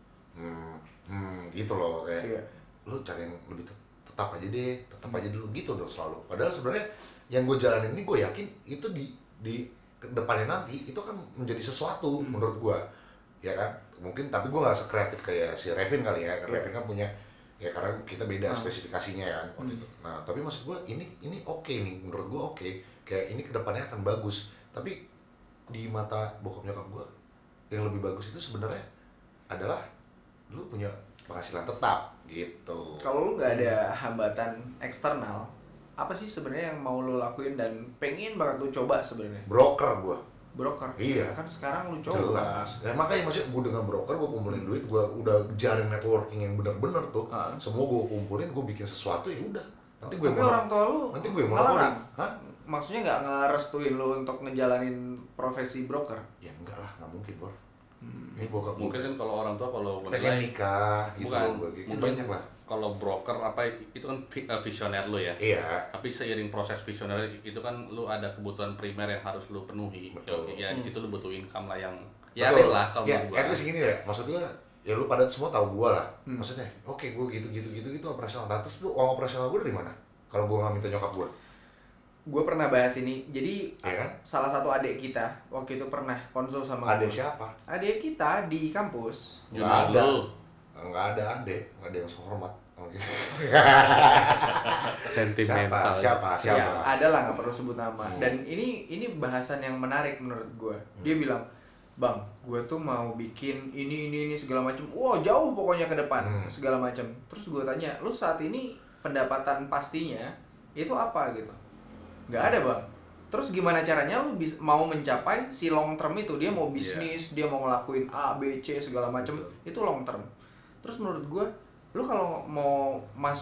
gitu loh kayak. Iya. Lu cari yang lebih tetap aja deh, tetap aja dulu gitu dong selalu. Padahal sebenarnya yang gue jalanin ini gue yakin itu di depannya nanti itu kan menjadi sesuatu menurut gue, ya kan? Mungkin tapi gue nggak sekreatif kayak si Revin kali ya, karena Revin kan punya ya karena kita beda spesifikasinya kan waktu itu. Nah tapi maksud gue ini oke nih, menurut gue oke, kayak ini kedepannya akan bagus. Tapi di mata bokap nyokap gue yang lebih bagus itu sebenarnya adalah lu punya penghasilan tetap gitu. Kalau lu nggak ada hambatan eksternal, apa sih sebenarnya yang mau lu lakuin dan pengen banget lu coba sebenarnya? Broker gue. Broker. Iya. Kan sekarang lu coba. Jelas. Ya makanya maksudnya gue dengan broker gue kumpulin duit, gue udah jaring networking yang bener-bener tuh. Semua gue kumpulin, gue bikin sesuatu ya udah. Nanti gue Tapi orang tua lu nanti gue monopoli. Hah? Maksudnya nggak ngerestuin lu untuk ngejalanin profesi broker? Ya enggak lah, nggak mungkin Bor. Ini bokap Mungkin kan kalau orang tua kalau pengen nikah gitu bukan, loh, gue gitu. mungkin Banyak lah. Kalau broker apa itu kan visioner lu ya. Iya. Tapi seiring proses visioner itu kan lu ada kebutuhan primer yang harus lu penuhi. Betul. Ya di situ lu butuh income lah yang ya Betul. real lah kalau ya, menurut gua. at least gini deh, maksud gue ya lu pada semua tahu gue lah. Maksudnya, oke gue gitu operasional. Nah, terus lu uang operasional gue dari mana? Kalau gue nggak minta nyokap gue. Gue pernah bahas ini. Jadi Ya kan? salah satu adik kita waktu itu pernah konsul sama Ada gua. siapa? Adik kita di kampus. Nggak Junior ada. lu. Nggak ada ade, nggak ada yang sehormat. Oh, gitu. Sentimental. Siapa? Ya, ada lah, nggak perlu sebut nama. Dan ini bahasan yang menarik menurut gue. Dia bilang, "Bang, gue tuh mau bikin ini segala macam. Wah, jauh pokoknya ke depan segala macam." Terus gue tanya, "Lu saat ini pendapatan pastinya itu apa gitu?" Nggak ada, Bang. Terus gimana caranya lu mau mencapai si long term itu? Dia mau bisnis, dia mau ngelakuin A, B, C segala macam. Itu long term. Terus menurut gue, lu kalau mau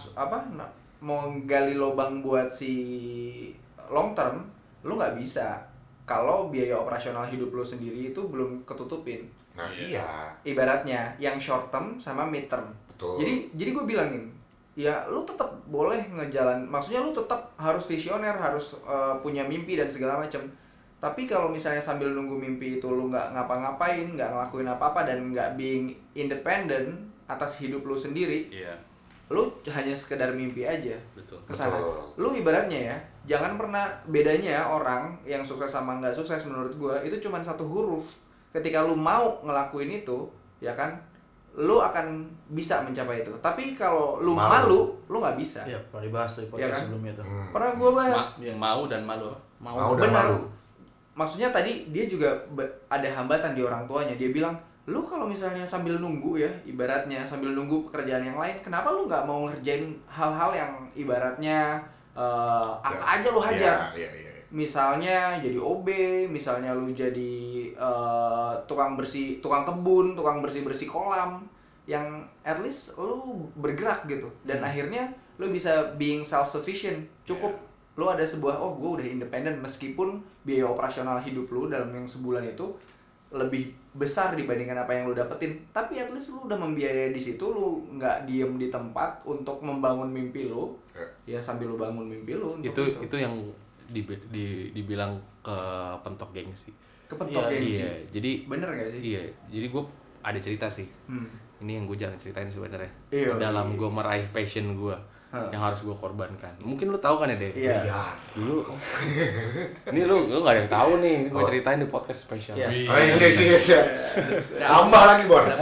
mau gali lubang buat si long term, lu nggak bisa kalau biaya operasional hidup lu sendiri itu belum ketutupin. Nah iya. Ibaratnya yang short term sama mid term. Betul. Jadi gue bilangin, ya lu tetap boleh ngejalan, maksudnya lu tetap harus visioner, harus punya mimpi dan segala macam. Tapi kalau misalnya sambil nunggu mimpi itu lu nggak ngapa-ngapain, nggak ngelakuin apa-apa dan nggak being independent atas hidup lu sendiri, lu hanya sekedar mimpi aja. Betul. Kesana. Lu ibaratnya ya, jangan pernah bedanya orang yang sukses sama nggak sukses menurut gua itu cuma satu huruf. Ketika lu mau ngelakuin itu, ya kan, lu akan bisa mencapai itu. Tapi kalau lu malu lu nggak bisa. Iya, pernah dibahas tuh di podcast Ya kan? sebelumnya tuh. Pernah gua bahas. Mau dan malu. Mau dan Benar. malu. Maksudnya tadi dia juga ada hambatan di orang tuanya. Dia bilang, lu kalau misalnya sambil nunggu ya, ibaratnya sambil nunggu pekerjaan yang lain, kenapa lu nggak mau ngerjain hal-hal yang ibaratnya apa aja lu hajar? Iya. Misalnya jadi OB, misalnya lu jadi tukang kebun, tukang bersih kolam, yang at least lu bergerak gitu. Dan akhirnya lu bisa being self sufficient, cukup. Lu ada sebuah, gue udah independen meskipun biaya operasional hidup lu dalam yang sebulan itu lebih besar dibandingkan apa yang lu dapetin, tapi at least lu udah membiayai di situ, lu nggak diem di tempat untuk membangun mimpi lu. Ya sambil lu bangun mimpi lu untuk Itu yang dibilang ke pentok gengsi. kepentok gengsi. Iya, jadi Bener gak sih? Iya, jadi gue ada cerita sih. Ini yang gue jarang ceritain sebenarnya. Iya, Dalam gue meraih passion gue yang harus gue korbankan. Mungkin lu tahu kan ya deh. Iya. Dulu, ini lu nggak ada yang tahu nih. Gue ceritain di podcast spesial. Iya. Iya. Tambah lagi Bor.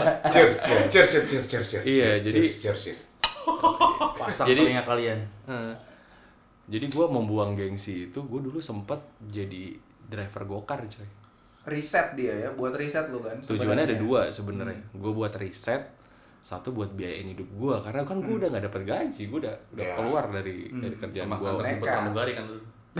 Cheers. Iya, jadi cheers. Pasang Jadi- telinga kalian. Jadi gue membuang gengsi itu, gue dulu sempat jadi driver gokar coy. Riset dia ya, buat riset lu kan. Tujuannya ada sebenarnya. dua sebenarnya. Gue buat riset, satu buat biayain hidup gue, karena kan gue udah nggak dapet gaji, gue udah Iya. keluar dari kerjaan gue. Makan mereka. pramugari kan lu.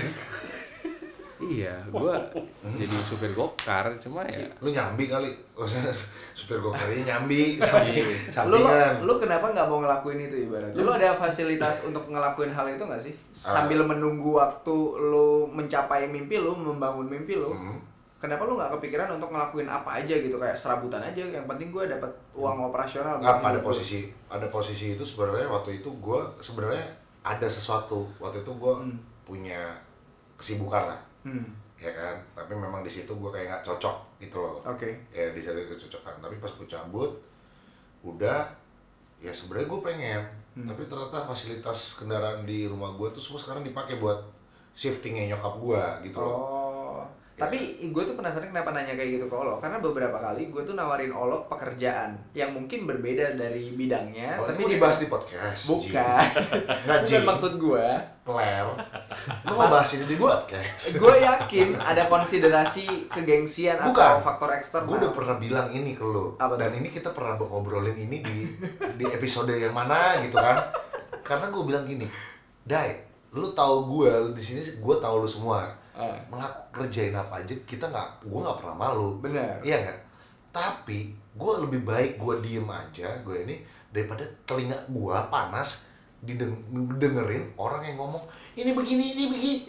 Iya, gue jadi supir gokar, cuma ya Lu nyambi kali. Supir gokarnya nyambi Lu sampingan. kenapa nggak mau ngelakuin itu ibaratnya? Lu ada fasilitas untuk ngelakuin hal itu nggak sih? Sambil menunggu waktu lu mencapai mimpi lu, membangun mimpi lu. Kenapa lu nggak kepikiran untuk ngelakuin apa aja gitu, kayak serabutan aja, yang penting gue dapat uang operasional. Nggak, buat hidup pada posisi itu sebenarnya waktu itu gue sebenarnya ada sesuatu. Waktu itu gue punya kesibukan lah. Ya kan, tapi memang di situ gue kayak nggak cocok gitu loh. Oke. Ya di situ kecocokan, tapi pas gue cabut udah ya sebenarnya gue pengen, tapi ternyata fasilitas kendaraan di rumah gue tuh semua sekarang dipakai buat shiftingnya nyokap gue gitu loh. Oh, Tapi gue tuh penasaran kenapa nanya kayak gitu ke Olo. Karena beberapa kali gue tuh nawarin Olo pekerjaan yang mungkin berbeda dari bidangnya. Tapi tapi dibahas di podcast. bukan. Nggak, Ji. Bukan maksud gue. Player. Lu mau bahas ini di podcast? Gue yakin ada konsiderasi kegengsian Bukan. atau faktor eksternal. Gue udah pernah bilang ini ke lu. Apa Dan tuh? ini kita pernah ngobrolin ini di episode yang mana gitu kan. Karena gue bilang gini, Dai, lu tahu gue di sini, gue tahu lu semua. Kerjain apa aja gue nggak pernah malu. Bener. Iya nggak? Tapi gue lebih baik gue diem aja gue ini daripada telinga gue panas dengerin orang yang ngomong ini begini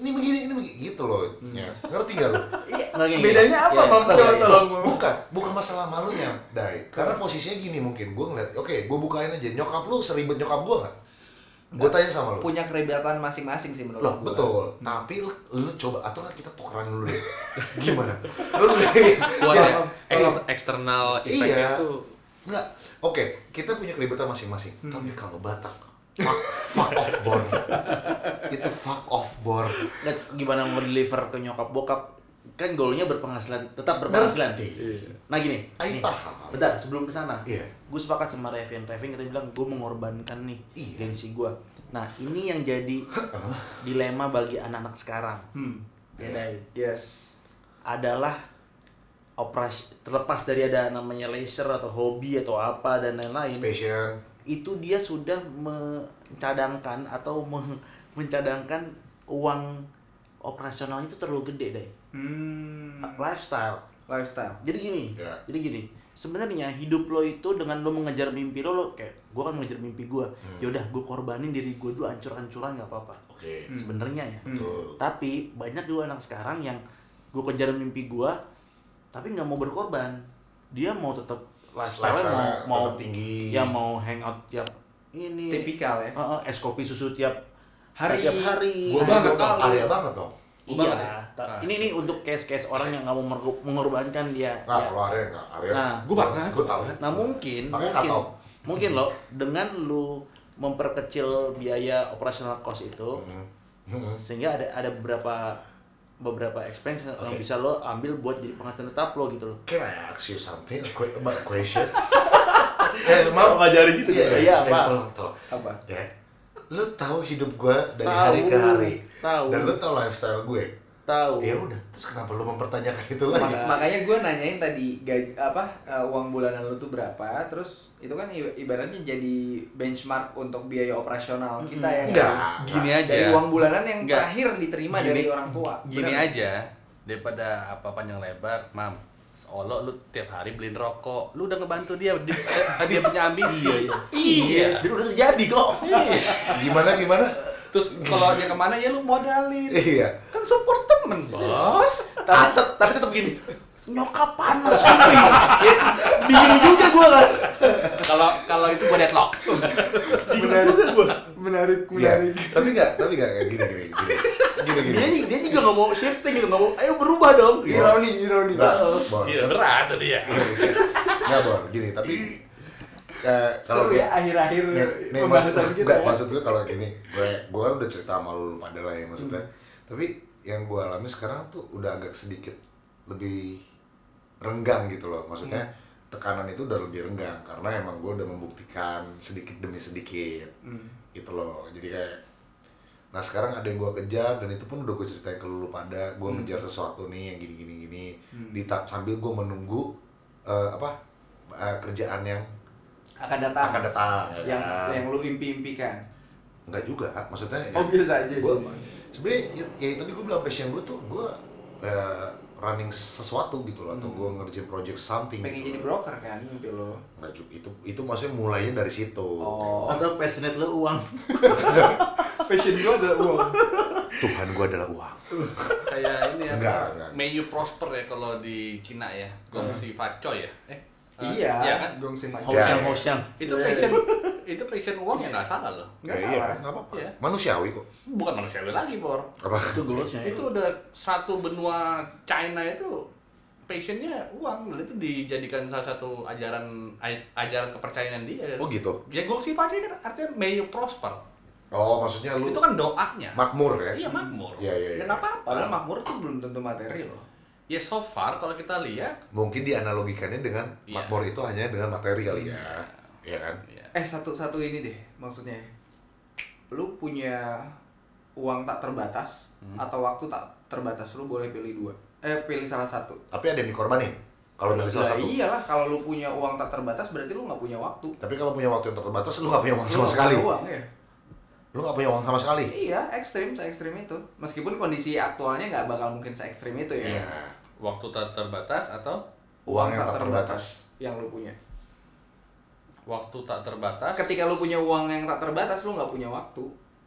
gitu loh. Ya, ngerti gak lo? Bedanya apa, Bang? Coba tolong. Bukan masalah malunya, Dai. Karena posisinya gini, mungkin gue ngeliat, oke, gue bukain aja. Nyokap lu seribet nyokap gue nggak? Gue tanya sama lu. Punya kerebatan masing-masing sih menurut Loh, gue. betul. Tapi lu coba, atau nggak kita tukeran dulu deh. Gimana? Lu deh. Keluar eksternal efeknya tuh. Enggak. Oke, kita punya keributan masing-masing. Tapi kalau Batak, fuck off bor. Itu fuck off bor. Gimana mau deliver ke nyokap bokap? Kan goalnya tetap berpenghasilan. Nah gini, Ayo nih, paham. bentar sebelum kesana, Iya. gue sepakat sama Revin kita bilang gue mengorbankan nih Iya. gengsi gue. Nah ini yang jadi dilema bagi anak-anak sekarang. Ya Dai. Yes. Adalah operasi terlepas dari ada namanya leisure atau hobi atau apa dan lain-lain. Passion. Itu dia sudah mencadangkan atau mencadangkan uang operasional itu terlalu gede deh. Lifestyle. Jadi gini, Ya. sebenarnya hidup lo itu dengan lo mengejar mimpi lo kayak gue kan mengejar mimpi gue. Yaudah gue korbanin diri gue dulu hancur-hancuran nggak apa-apa. Oke. Sebenarnya ya. Betul. Tapi banyak juga anak sekarang yang gue kejar mimpi gue, tapi nggak mau berkorban. Dia mau tetap lifestyle mau tetap tinggi. ya mau hangout tiap ini. Tipikal ya. Es kopi susu tiap Hari. Gue banget dong. Area banget dong. Iya, ini nih untuk case-case orang yang nggak mau mengorbankan dia. Nah, ya. kalau area. Nah, gue banget. Gue tahu. Nah mungkin Makanya cut off. mungkin lo dengan lu memperkecil biaya operasional cost itu, sehingga ada beberapa expense yang bisa lo ambil buat jadi penghasilan tetap lo gitu loh. Can I ask you something? A question? Mau ngajarin gitu? Iya, apa? Tolong. Apa? Ya. Lu tahu hidup gue dari Tahu. hari ke hari. Tahu. Dan lu tahu lifestyle gue. Tahu. Ya udah, terus kenapa lu mempertanyakan itu lagi? Makanya gue nanyain tadi uang bulanan lu tuh berapa, terus itu kan ibaratnya jadi benchmark untuk biaya operasional kita ya. Enggak. Gini aja. Dari uang bulanan yang Enggak. terakhir diterima dari orang tua. Gini Bener. aja, daripada apa panjang lebar, Mam. Olo lu tiap hari beliin rokok, lu udah ngebantu dia punya ambisi. Iya. Dan udah terjadi kok. Gimana? Terus kalau dia kemana ya lu modalin. Iya. Kan support temen, Bos. Tapi tetap gini. Nyokap panas ini. Ya, bingung juga gue kan. Kalau itu gua deadlock. Menarik. Iya. Tapi enggak kayak gini. Dia juga nggak mau shifting gitu, nggak mau. Ayo berubah dong. Ironi. Enggak, Bor. Iya, berat tadi ya. Enggak, Bor. Gini, tapi kalau Seru ya akhir-akhir nih pembahasan kita ya. maksud gue kalau gini, gue kan udah cerita sama lu pada lah ya maksudnya. Tapi yang gue alami sekarang tuh udah agak sedikit lebih renggang gitu loh. Maksudnya tekanan itu udah lebih renggang karena emang gue udah membuktikan sedikit demi sedikit. Gitu loh. Jadi kayak nah sekarang ada yang gue kejar dan itu pun udah gue ceritain ke lu pada gue ngejar sesuatu nih yang gini sambil gue menunggu kerjaan yang akan datang ya yang lu impi-impikan. Enggak juga, maksudnya Biasa aja. Gue sebenarnya ya tadi gue bilang passion gue tuh gue running sesuatu gitu loh, atau gue ngerjain project something. Pengen gitu jadi loh. broker kan mimpi lo. Enggak juga, itu maksudnya mulainya dari situ. Atau passionate lo uang. Passion gue adalah uang. Tuhan gue adalah uang. Kayak ini apa? Enggak. May you prosper ya kalau di Cina ya. Gongsi Facoy ya. Iya kan? Gongsi Facoy. Hosyang. Itu passion uang ya nggak salah loh. Nggak Ya, salah. iya, nggak apa-apa. Iya. Manusiawi kok. Bukan manusiawi lagi, Bor. Apa? Itu goalsnya. Itu udah satu benua China itu passionnya uang, dan itu dijadikan salah satu ajaran kepercayaan dia. Oh gitu. Ya Gongsi Facoy kan artinya may you prosper. Oh maksudnya lu Itu kan doanya. makmur ya? Iya makmur. Iya. Ya nggak apa-apa. Padahal makmur tuh belum tentu materi loh. Ya so far kalau kita lihat Mungkin dianalogikannya dengan Iya. makmur itu hanya dengan materi kali ya. Iya kan? ya, Satu ini deh maksudnya. Lu punya uang tak terbatas atau waktu tak terbatas, lu boleh pilih pilih salah satu. Tapi ada yang dikorbanin. Kalau milih salah satu. Iyalah, kalau lu punya uang tak terbatas berarti lu nggak punya waktu. Tapi kalau punya waktu yang terbatas, lu nggak punya uang Lu sama nggak sekali. punya uang, ya? Lu nggak punya uang sama sekali. Iya, se-ekstrim itu. Meskipun kondisi aktualnya nggak bakal mungkin se-ekstrim itu ya. Iya. waktu tak terbatas atau Uang yang tak terbatas. yang lu punya. waktu tak terbatas. Ketika lu punya uang yang tak terbatas, lu nggak punya waktu.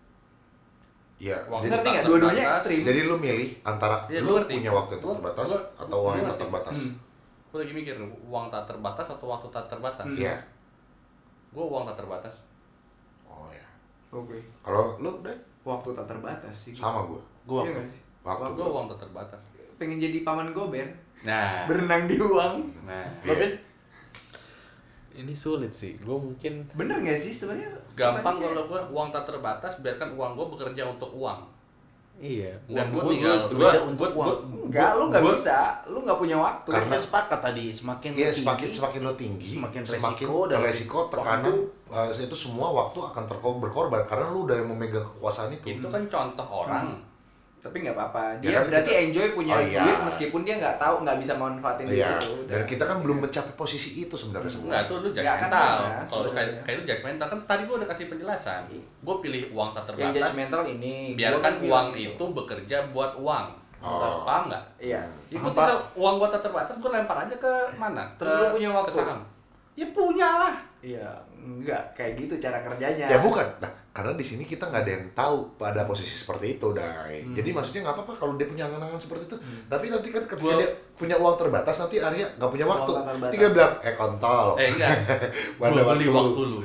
Iya. Waktu Jadi, Ngerti tak nggak? Dua-duanya terbatas. ekstrim. jadi lu milih antara Iya, lu gua ngerti. punya waktu yang Gua- terbatas gua- atau uang yang gua tak ngerti. terbatas. Gue lagi mikir uang tak terbatas atau waktu tak terbatas. Iya. Gue uang tak terbatas. Oh ya. Oke. Kalau lu deh Waktu tak terbatas sih. sama gua. Gua Iya nggak sih? Waktu. Gue uang tak terbatas. Pengen jadi paman gober, Nah, berenang di uang. nah. Lo, Vin? Ini sulit sih. Gue mungkin Bener nggak sih sebenarnya? Gampang Pertanyaannya. kalau gue uang tak terbatas, biarkan uang gue bekerja untuk uang. iya. Dan gue Gua- tinggal setuju untuk uang. Enggak, lu nggak bisa. Lu nggak punya waktu. Karena kita sepakat tadi, semakin Iya, tinggi, semakin lo tinggi, semakin resiko dan resiko tekanan itu semua waktu akan berkorban karena lu udah yang memegang kekuasaan itu. Itu kan contoh orang. Tapi nggak apa-apa. Ya Dia kan berarti kita- enjoy punya Oh, iya. duit meskipun dia nggak tahu, nggak bisa manfaatin duit Iya. itu. Dan kita kan belum mencapai posisi itu sebenarnya semua. Enggak, itu lu Nggak akan judgmental. ada, Kalau lu kayak sebenarnya. kayak itu judgmental kan tadi gue udah kasih penjelasan. Gue pilih uang tak yang terbatas. judgmental ini. Biarkan gua kan uang bilang gitu. itu bekerja buat uang. Oh. Paham nggak? Iya. Ya, Paham, gua tinggal uang gua tak terbatas, gue lempar aja ke mana? Terus Ke- lu punya waktu? Ke saham. Ya punya lah. Iya, enggak kayak gitu cara kerjanya. Ya bukan. Nah, karena di sini kita nggak ada yang tahu pada posisi seperti itu, Dai. Jadi maksudnya nggak apa-apa kalau dia punya angan-angan seperti itu. Tapi nanti kan ketika dia punya uang terbatas, nanti Arya nggak punya Uang waktu. tak terbatas. Tinggal bilang, kontol. Enggak. Mana Gua beli waktu waktu lu? lu.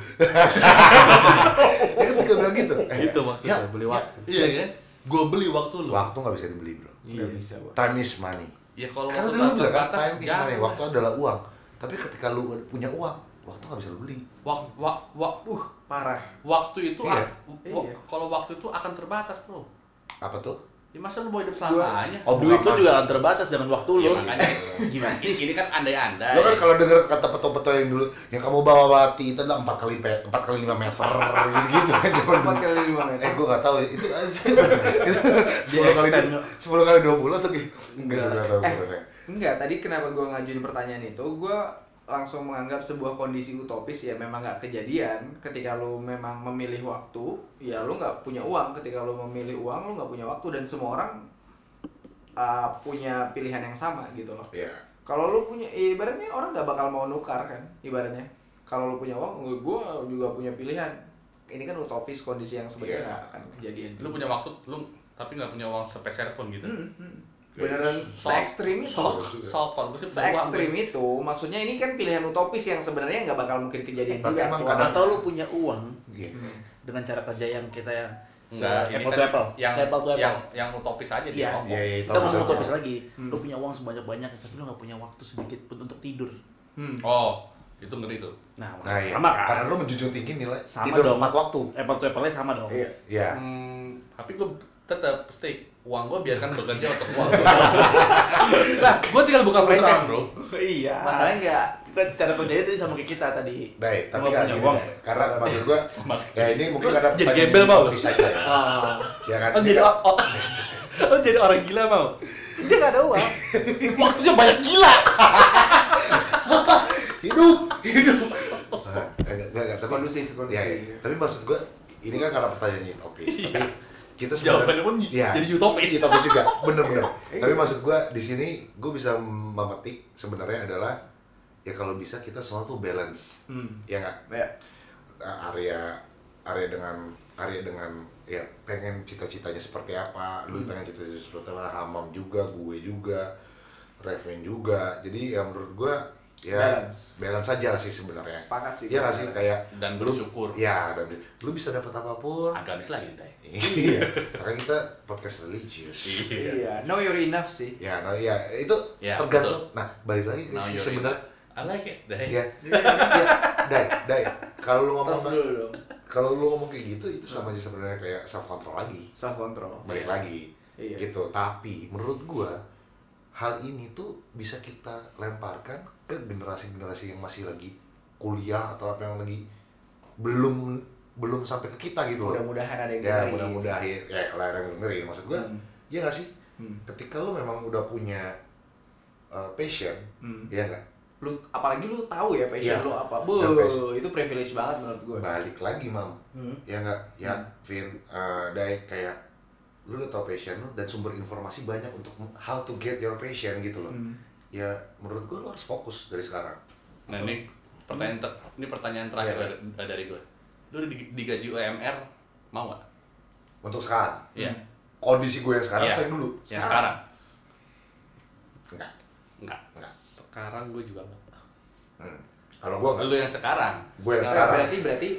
Ya kan tinggal bilang gitu. Itu maksudnya, ya, beli waktu. Iya kan? Gue beli waktu lu. Waktu nggak bisa dibeli, bro. Nggak bisa, Bang. Time is money. Ya kalau Karena waktu dulu tak bilang kan, terbatas, time is money. jangan. Waktu adalah uang. Tapi ketika lu punya uang, waktu nggak bisa lu beli. Parah. Waktu itu Iya. Iya. kalau waktu itu akan terbatas, bro. Apa tuh? Ya masa lu mau hidup selamanya? Oh, duit bukan lu juga akan terbatas dengan waktu Ya, lu. makanya Gimana sih? ini kan andai-andai. Lo kan kalau denger kata peto-peto yang dulu, yang kamu bawa bati itu adalah 4 kali 5 meter gitu-gitu kan zaman 4 dulu. kali 5 meter. Gue nggak tahu itu Dia 10 kali extend. 10 kali 20 atau gitu. Enggak tahu sebenarnya. Enggak, tadi kenapa gue ngajuin pertanyaan itu, gue langsung menganggap sebuah kondisi utopis ya memang nggak kejadian. Ketika lu memang memilih waktu, ya lu nggak punya uang. Ketika lu memilih uang, lu nggak punya waktu. Dan semua orang punya pilihan yang sama gitu loh. Iya. Kalau lu punya, ibaratnya orang nggak bakal mau nukar kan, ibaratnya. Kalau lu punya uang, gue juga punya pilihan. Ini kan utopis, kondisi yang sebenarnya Iya. nggak akan kejadian. Lu punya waktu, lu tapi nggak punya uang sepeser pun gitu. Beneran se-ekstrim itu. Soal kalau gue sih punya uang, Se-ekstrim gue. itu, maksudnya ini kan pilihan utopis yang sebenarnya nggak bakal mungkin kejadian Tapi juga. emang Kalau kadang- Atau lu punya uang Iya. dengan cara kerja yang kita yang Enggak, ini apple to kan apple, yang apple to apple. yang utopis aja Iya. dia ngomong. Iya, iya, Kita ngomong utopis utopis aja. lagi. Lu punya uang sebanyak-banyak tapi lu nggak punya waktu sedikit pun untuk tidur. Oh, itu ngeri tuh. Nah, Nah, iya. sama kan? Karena lu menjunjung tinggi nilai Sama tidur dong. tepat waktu. Apple to apple-nya sama dong. Iya. Iya. Tapi gue tetap stick uang gue biarkan bekerja untuk uang. Lah, gue tinggal buka franchise, bro. Iya. Masalahnya nggak. Kan cara kerjanya itu sama kayak kita tadi. Dai, tapi Lu nggak punya gini, uang. Dai. Karena maksud gua, Sama sekali. ya ini mungkin karena Jadi pertanyaan gembel, mau. utopis aja. Ya kan? Oh, Ini jadi kan- oh, jadi orang gila mau. Dia nggak ada uang. Waktunya banyak gila. hidup. Enggak, tapi Kondusif. Ya, ya. Tapi maksud gua ini kan karena pertanyaannya utopis. Iya. Tapi kita Jawabannya pun jadi utopis. Utopis juga, bener-bener. Tapi maksud gua di sini gua bisa memetik sebenarnya adalah ya kalau bisa kita selalu tuh balance. Ya nggak? Ya. Area dengan ya pengen cita-citanya seperti apa, lu pengen cita-citanya seperti apa, Hamam juga, gue juga, Reven juga. Jadi ya menurut gua ya balance aja sih sebenarnya. Sepakat sih. Iya nggak sih kayak Dan lu- bersyukur. Ya, dan lu bisa dapat apapun. Agamis lagi, Dai. Iya. Karena kita podcast religius. Iya. Know your enough sih. Ya, nah ya itu Ya, tergantung. Nah, balik lagi Now sih you're sebenarnya. I like it, Dai. Ya, Dai, kalau lu ngomong Tos dulu dong. kalau lu ngomong kayak gitu itu sama aja sebenarnya kayak self control lagi. Self control. Balik lagi. Iya. Gitu. Tapi menurut gua hal ini tuh bisa kita lemparkan ke generasi-generasi yang masih lagi kuliah atau apa yang lagi belum sampai ke kita gitu loh. Mudah-mudahan ada yang ya dengerin. mudah-mudahan ya kalau ada yang dengerin maksud gue ya nggak sih ketika lu memang udah punya passion ya nggak Lu apalagi lu tahu ya passion Iya. lu apa. Itu privilege banget menurut gue. balik lagi mam ya nggak ya Vin Dai kayak lu udah tahu passion lu dan sumber informasi banyak untuk how to get your passion gitu loh ya menurut gue lu harus fokus dari sekarang. Nah ini pertanyaan terakhir dari gue. Lu digaji UMR mau nggak? Untuk sekarang Iya. kondisi gue yang sekarang Iya. atau yang dulu Yang sekarang? enggak Sekarang gue juga nggak. kalau gue enggak Lu yang sekarang? gue yang sekarang Berarti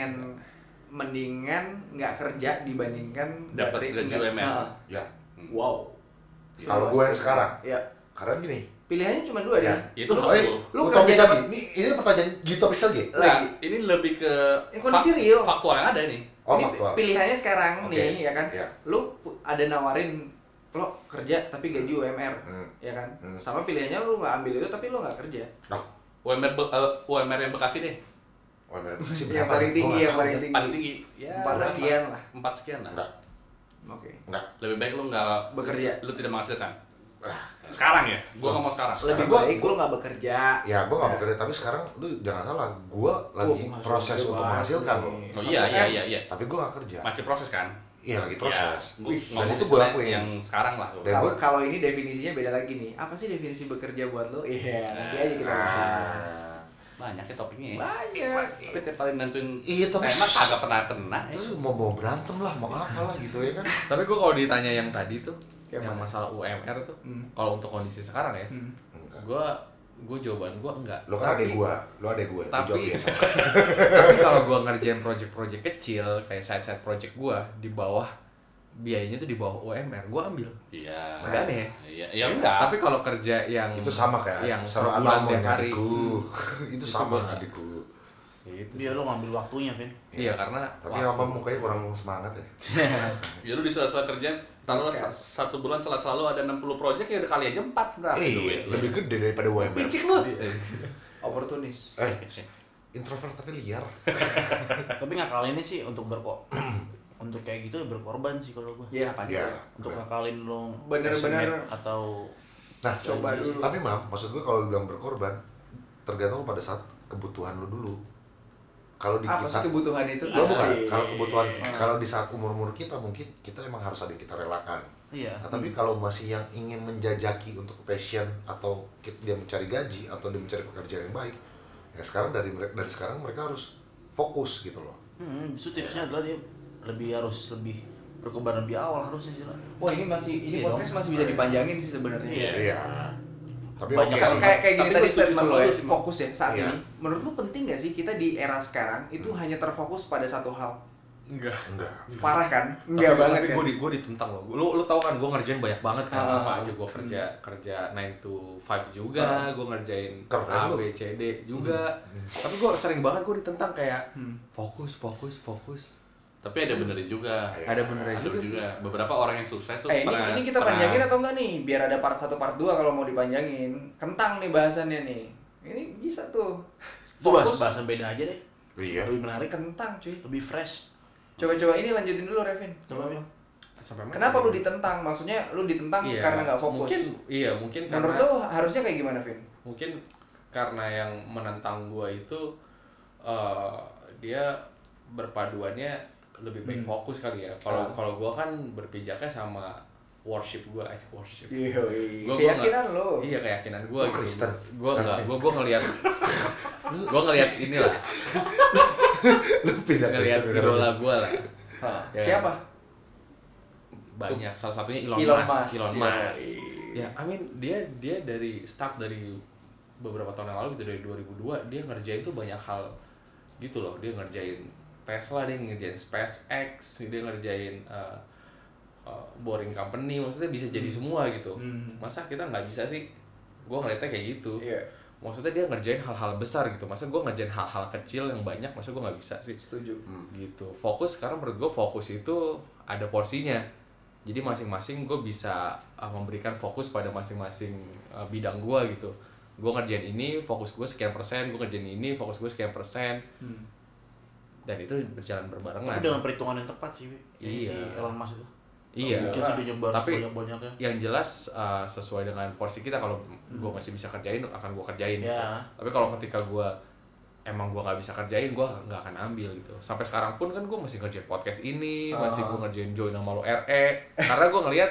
mendingan nggak kerja dibandingkan Dapat gaji UMR. Nah, ya wow. kalau gue yang sekarang Ya. karena gini Pilihannya cuma dua ya nih. Itu oh, ini lu utopis kerja lagi ini pertanyaan utopis lagi Nah, ini lebih ke kondisi real. faktual yang ada ini. oh Ini faktual pilihannya sekarang Oke. nih ya kan. Iya. Lu ada nawarin lo kerja tapi gaji UMR, ya kan. Sama pilihannya lu nggak ambil itu tapi lu nggak kerja. nah UMR yang Bekasi deh. UMR Bekasi Yang berapa paling nih? tinggi, Gua yang nggak tahu paling ya. tinggi. Paling tinggi. Ya, 4 sekian lah. 4 sekian lah. enggak Oke. enggak Lebih baik lu nggak Bekerja. Lu tidak menghasilkan. Sekarang ya? Gua nggak mau sekarang. Lebih Gua- baik lu nggak bekerja. ya gue gak bekerja tapi sekarang lu jangan salah gue lagi menghasilkan proses untuk banget menghasilkan nih. loh Oh iya. tapi gue gak kerja Masih proses kan? iya lagi proses Ya, dan itu gue lakuin yang sekarang lah. Dan Kalau gua- kalau ini definisinya beda lagi nih. Apa sih definisi bekerja buat lo? Iya, nanti aja kita bahas. Banyak ya topiknya ya. Banyak. Tapi tiap kali nentuin Iya, tapi tema kagak pernah kena ya. terus mau berantem lah mau apa lah gitu ya kan Tapi gue kalau ditanya yang tadi tuh, Yang yang mana? masalah UMR tuh, kalau untuk kondisi sekarang ya, gue jawaban gue enggak. lo kan Tapi- ada gue tapi tapi kalau gue ngerjain project-project kecil kayak side project gue di bawah biayanya tuh di bawah UMR gue ambil. Iya. Agak aneh ya? Iya, ya enggak. Tapi kalau kerja yang itu sama kayak yang sama per bulan abangmu tiap yang hari adikku itu sama beda. adikku gitu. Dia lu ngambil waktunya, Vin. Iya karena tapi abang mukanya kurang semangat ya Ya lu di sela-sela kerjaan taruhlah satu bulan selalu ada 60 project ya udah kali aja 4 berapa duit lu. lebih gede daripada UMR Picik lu. Oportunis. introvert tapi liar Tapi ngakalin ini sih untuk untuk kayak gitu berkorban sih kalau gue. Iya. ya Untuk ngakalin lo Bener-bener. passionate atau nah Coba dulu. tapi mam maksud gue kalau lu bilang berkorban tergantung pada saat kebutuhan lu dulu kalau di Apa sih kita kebutuhan itu? lo bukan Asik. kalau kebutuhan kalau di saat umur kita mungkin kita emang harus ada yang kita relakan iya. nah, tapi kalau masih yang ingin menjajaki untuk passion atau dia mencari gaji atau dia mencari pekerjaan yang baik ya sekarang dari sekarang mereka harus fokus gitu loh Itu tipsnya adalah dia harus lebih berkorban lebih awal harusnya sih lah. Wah, ini Iya podcast dong. masih bisa dipanjangin sih sebenarnya. iya tapi Banyak oke sih. sih Kayak gini Tapi tadi gua setuju statement sama lo ya, lu sih, Mam. fokus ya saat Iya. ini. Menurut lu penting gak sih kita di era sekarang itu hanya terfokus pada satu hal? enggak. enggak Parah kan? Enggak banget tapi kan? gue ditentang loh. Lu tau kan gue ngerjain banyak banget kan Ah. apa aja gue kerja 9 to 5 juga, gue ngerjain Keren A lu. B C D juga. Tapi gue sering banget gue ditentang kayak fokus. Tapi ada benernya juga. Ada benernya Ada juga sih. Beberapa orang yang sukses tuh Ini kita panjangin atau enggak nih? Biar ada part 1 part 2 kalau mau dipanjangin. Kentang nih bahasannya nih. Ini bisa tuh. Itu bahasan beda aja deh. iya Lebih menarik, Kentang cuy. lebih fresh. Coba-coba ini lanjutin dulu Revin. Coba Vin. Sampai mana? Kenapa lu ditentang? Maksudnya lu ditentang Iya, karena nggak fokus. Mungkin Menurut karena lu harusnya kayak gimana, Vin? mungkin karena yang menentang gua itu dia berpaduannya lebih baik fokus kali ya. Kalau gua kan berpijaknya sama worship gua. Iya, Gua keyakinan nggak- lo. Iya, keyakinan gua Lu Kristen? Gua enggak, gua ngelihat inilah, lu pindah ngelihat idola gua lah. Hah, Ya. Siapa? Banyak, salah satunya Elon Elon Musk. Musk. Elon Iya. Musk. Ya, I mean dia dari start dari beberapa tahun yang lalu gitu, dari 2002 dia ngerjain tuh banyak hal gitu loh. Dia ngerjain Tesla, dia ngerjain SpaceX, dia ngerjain Boring Company, maksudnya bisa jadi semua gitu. Masa kita nggak bisa sih? Gue ngeliatnya kayak gitu. Iya. Maksudnya dia ngerjain hal-hal besar gitu. Masa gue ngerjain hal-hal kecil yang banyak, masa gue nggak bisa sih? Setuju. Gitu. Fokus, sekarang menurut gue fokus itu ada porsinya. Jadi masing-masing gue bisa memberikan fokus pada masing-masing bidang gue gitu. Gue ngerjain ini, fokus gue sekian persen, gue ngerjain ini, fokus gue sekian persen. Dan itu berjalan berbarengan. Tapi dengan perhitungan yang tepat sih, Iya. si Elon Musk itu. Iya. Mungkin sih dia nyebar Tapi sebanyak-banyaknya. yang jelas sesuai dengan porsi kita. Kalau gue masih bisa kerjain, akan gue kerjain. Ya. Gitu. Tapi kalau ketika gue emang gue nggak bisa kerjain, gue nggak akan ambil gitu. Sampai sekarang pun kan gue masih ngerjain podcast ini, masih gue ngerjain Join Nama Lo RE, karena gue ngelihat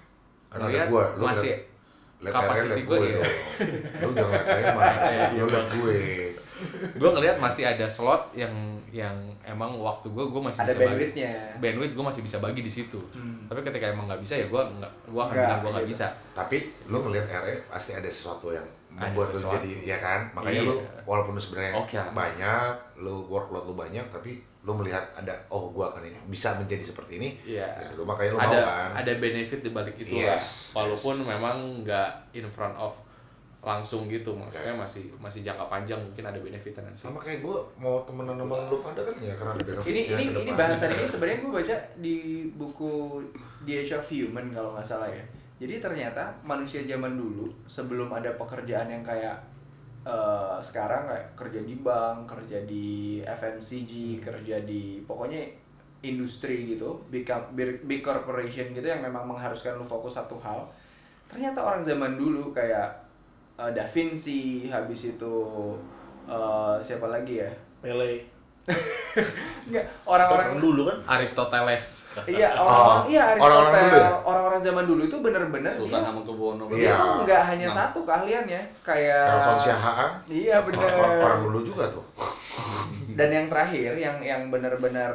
Lu masih kapasiti gue ya. Lu jangan ngatain Mas, lu liat gue. Gue ngelihat masih ada slot yang emang waktu gue masih Ada bisa bandwidth-nya. bandwidth gue masih bisa bagi di situ. Tapi ketika emang nggak bisa ya gue akan bilang gue nggak bisa. Tapi lu ngeliat RE pasti ada sesuatu yang Ada membuat lu sesuatu. jadi, ya kan? Makanya Iya. lu walaupun lu sebenarnya Oke. banyak, lu workload lu banyak, tapi lu melihat ada, oh gua akan ini bisa menjadi seperti ini. Iya. Ya, lu makanya lu ada mau kan? ada benefit di balik itu Yes, lah. Walaupun memang nggak in front of langsung gitu, maksudnya masih jangka panjang mungkin ada benefitnya nanti. Sama kayak gua mau temenan sama lu pada kan ya karena ada benefitnya Ini ke depan. bahasan ini sebenarnya gue baca di buku The Age of Human kalau nggak salah ya. Jadi ternyata manusia zaman dulu sebelum ada pekerjaan yang kayak sekarang kayak kerja di bank, kerja di FMCG, kerja di pokoknya industri gitu, big corporation gitu yang memang mengharuskan lu fokus satu hal. Ternyata orang zaman dulu kayak Da Vinci, habis itu siapa lagi ya? Pele. Enggak, orang-orang dulu kan. Aristoteles. Iya, orang-orang dulu ya? Orang-orang zaman dulu itu benar-benar Sultan Hamengkubuwono. Iya. itu nggak hanya satu keahliannya, kayak Nelson Siahaan. Iya benar. Orang dulu juga tuh. Dan yang terakhir yang benar-benar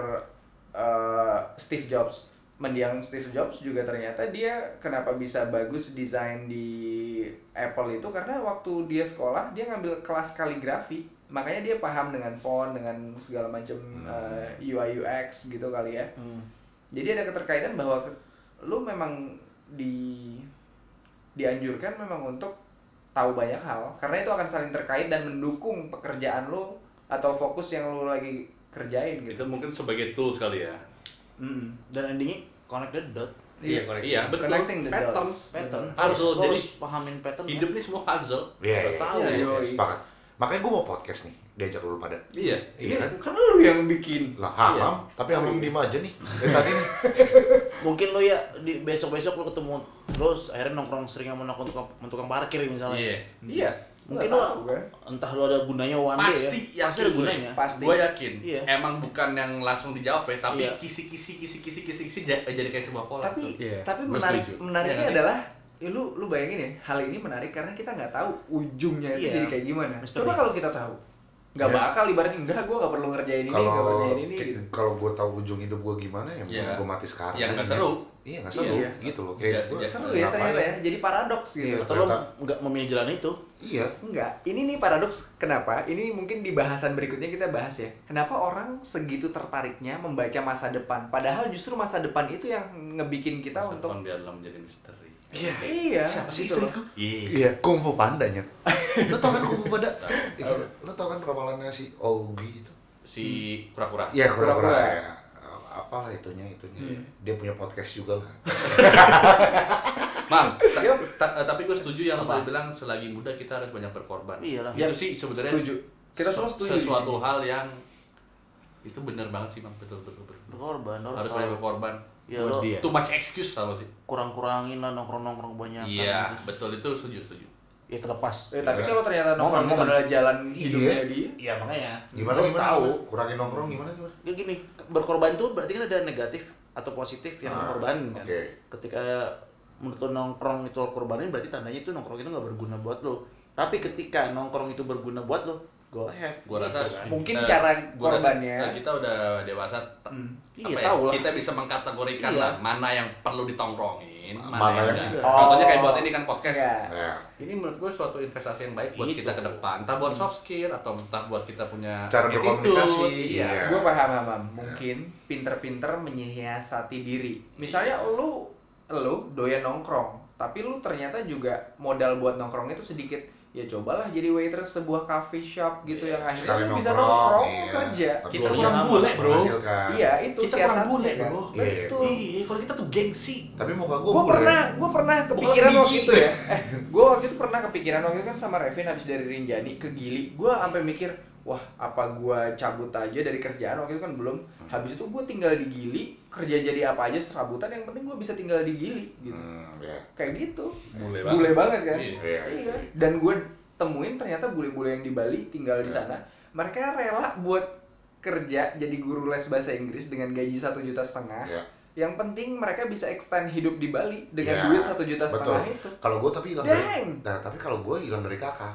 Steve Jobs, mendiang Steve Jobs juga ternyata dia kenapa bisa bagus desain di Apple itu karena waktu dia sekolah dia ngambil kelas kaligrafi. Makanya dia paham dengan font, dengan segala macam UI UX gitu kali ya. Jadi ada keterkaitan bahwa lu memang dianjurkan memang untuk tahu banyak hal karena itu akan saling terkait dan mendukung pekerjaan lu atau fokus yang lu lagi kerjain gitu. Itu mungkin sebagai tools kali ya. Dan endingnya connect the dot. Iya, betul. Connecting the Pattern. dots. Pattern. Puzzle. Harus Jadi pahamin pattern. hidup ini semua puzzle. Iya, Udah tahu. Iya. sepakat. Makanya gua mau podcast nih, diajak lu pada. Iya. Iya kan? Kan lu yang bikin. Lah, Hamam, tapi Hamam diem aja nih. Dari tadi nih. Mungkin lo ya di besok-besok lo ketemu terus akhirnya nongkrong sering sama tukang parkir misalnya. Iya. Iya. Mungkin Nggak lo tahu, kan? entah lo ada gunanya one day Pasti ya. Pasti ada yakin gunanya. Pasti. Gue yakin. Iya. Emang bukan yang langsung dijawab ya, tapi Iya. kisi-kisi jadi kayak sebuah pola. Tapi Iya, tapi gua setuju. menariknya Iya, kan? adalah lu bayangin ya, hal ini menarik karena kita nggak tahu ujungnya itu Iya. jadi kayak gimana. Misteri. Coba kalau kita tahu. Nggak Iya. bakal ibaratnya enggak gue nggak perlu ngerjain ini, nggak Kalau ngerjain ini gitu. kalau gue tahu ujung hidup gue gimana ya, Iya. gue mati sekarang. Ya, nggak Jadinya. seru. Iya nggak seru, Iya. gitu loh. Kayak gue Seru ya ternyata ya, jadi paradoks gitu. Iya. Atau lo Ternyata. nggak memilih jalan itu. Iya. Enggak, ini nih paradoks. Kenapa? Ini mungkin di bahasan berikutnya kita bahas ya. Kenapa orang segitu tertariknya membaca masa depan? Padahal justru masa depan itu yang ngebikin kita untuk biarlah menjadi misteri. Iya. iya. Siapa sih gitu loh. istriku? Iya. Iya, Kung Fu Pandanya. Lo tau kan Kung Fu Panda? Iya. Lo tau kan ramalannya si Ogi itu? Si kura-kura. Iya, kura-kura. Kura-kura. Ya. Apalah itunya. Dia punya podcast juga lah. Mam, tapi gue setuju yang lo bilang selagi muda kita harus banyak berkorban. Iyalah. Itu sih sebenarnya Setuju. Kita semua setuju di sesuatu sini. hal yang itu benar banget sih, Mam. Betul. Berkorban, Harus banyak berkorban. Ya Buat lo dia. Too much excuse sama sih. kurang-kurangin lah nongkrong-nongkrong banyak. Iya, betul itu setuju. Ya terlepas. Tapi Iya. kalau ternyata nongkrong itu Momen. adalah jalan Iya. hidupnya dia. Iya makanya. Gimana Lo harus tahu. Kurangin nongkrong gimana? Ya gini, berkorban itu berarti kan ada negatif atau positif yang korbanin kan. oke. Ketika menurut lo nongkrong itu lo korbanin berarti tandanya itu nongkrong itu nggak berguna buat lo. Tapi ketika nongkrong itu berguna buat lo, go ahead. Gua rasa Mungkin cara gua rasa, korbannya. kita udah dewasa. Iya, apa tahu lah. Kita bisa mengkategorikan Iya. lah mana yang perlu ditongkrongin, Mana yang enggak. tidak. Contohnya kayak buat ini kan podcast. Iya. Ya. Ini menurut gue suatu investasi yang baik buat Itu. kita ke depan. Entah buat soft skill atau entah buat kita punya Cara attitude. berkomunikasi. Iya. Iya. Gue paham, mungkin pinter-pinter menyiasati diri. Misalnya lu doyan nongkrong, tapi lu ternyata juga modal buat nongkrong itu sedikit. ya cobalah jadi waitress sebuah coffee shop gitu yang Sekali akhirnya lu bisa nongkrong, nongkrong iya. kerja. Tapi Kita Iya, kurang bule, Bro. menghasilkan. Iya, itu Kita kurang siasatnya bule, kan. Bro. Betul. Iya, kalau kita tuh gengsi. Tapi muka gue Gue bule. pernah kepikiran Bukan waktu gigi. itu ya. Gue waktu itu pernah kepikiran waktu itu kan sama Revin habis dari Rinjani ke Gili. Gue sampai mikir, wah apa gue cabut aja dari kerjaan waktu itu kan belum. Habis itu gue tinggal di Gili, kerja jadi apa aja serabutan. Yang penting gue bisa tinggal di Gili gitu. Ya. Kayak gitu. Bule banget kan. Iya. Iya. Dan gue temuin ternyata bule-bule yang di Bali tinggal di sana. Mereka rela buat kerja jadi guru les bahasa Inggris dengan gaji 1,5 juta. Iya. Yang penting mereka bisa extend hidup di Bali dengan Ya, duit 1,5 juta betul. itu. Kalau gue tapi hilang Dang. dari, nah tapi kalau gue hilang dari kakak.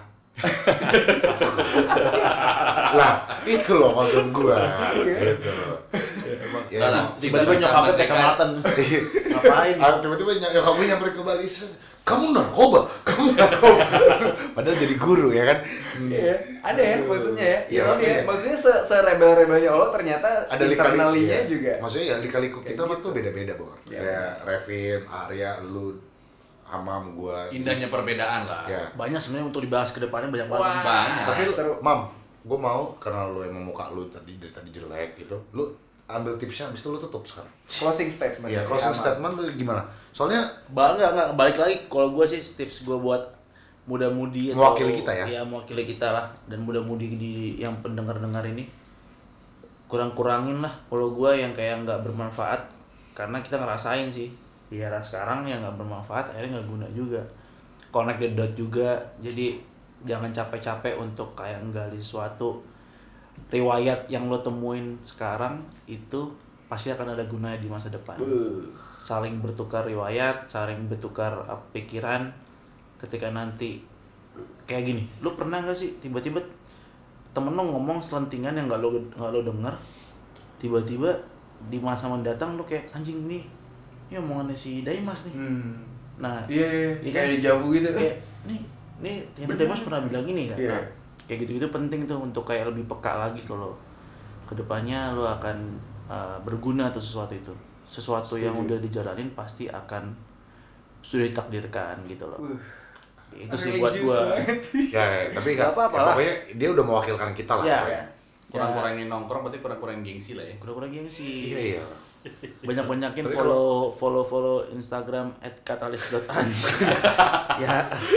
Lah itu loh maksud gue. Gitu loh. Ya, Salah. emang. Tiba-tiba nyokapnya kecamatan. Ngapain? Tiba-tiba kamu nyamperin ke Bali, kamu narkoba. Padahal jadi guru ya kan. Iya, ada ya maksudnya ya. Iya, Ironi ya. iya. Maksudnya serebel-rebelnya Allah ternyata Ada lika-liku internalinya iya. juga. Maksudnya ya lika-liku kita mah gitu. tuh beda-beda, Bor. Iya. Ya, Revin, Arya, lu, Hamam, gua. Indahnya perbedaan lah. Ya. Banyak sebenarnya untuk dibahas ke depannya banyak banget. Wah. Banyak. Tapi lu, seru. Mam, gua mau karena lu emang muka lu tadi jelek gitu. Lu ambil tipsnya habis itu lu tutup sekarang. Closing statement. Iya, dari closing Ahmad. statement tuh gimana? Soalnya Enggak, balik lagi kalau gue sih tips gue buat muda-mudi Mewakili kita ya? Iya, mewakili kita lah, dan muda-mudi di yang pendengar-dengar ini kurang-kurangin lah kalau gue yang kayak nggak bermanfaat, karena kita ngerasain sih di era sekarang yang nggak bermanfaat akhirnya nggak guna juga. Connect the dot juga, jadi jangan capek-capek untuk kayak nggali sesuatu. Riwayat yang lo temuin sekarang itu pasti akan ada gunanya di masa depan. Saling bertukar riwayat, saling bertukar pikiran. Ketika nanti kayak gini, lo pernah nggak sih tiba-tiba temen lo ngomong selentingan yang nggak lo denger, tiba-tiba di masa mendatang lo kayak anjing nih, ini omongannya si Daimas nih. Nah, Iya, iya kayak kan? di Javu gitu. Kayak nih ternyata Daimas pernah bilang gini kan. Iya. Nah, kayak gitu-gitu penting tuh untuk kayak lebih peka lagi kalau kedepannya lo akan berguna tuh sesuatu yang udah dijalanin pasti akan sudah ditakdirkan gitu loh. Itu sih buat Religious gua. banget. ya, tapi Nggak apa-apa lah. pokoknya dia udah mewakilkan kita lah. Ya. pokoknya. Kurang-kurangin nongkrong berarti kurang-kurangin gengsi lah ya. Kurang-kurang sih. Iya, iya. Banyak-banyakin Tapi follow Instagram @katalis.an. Ya.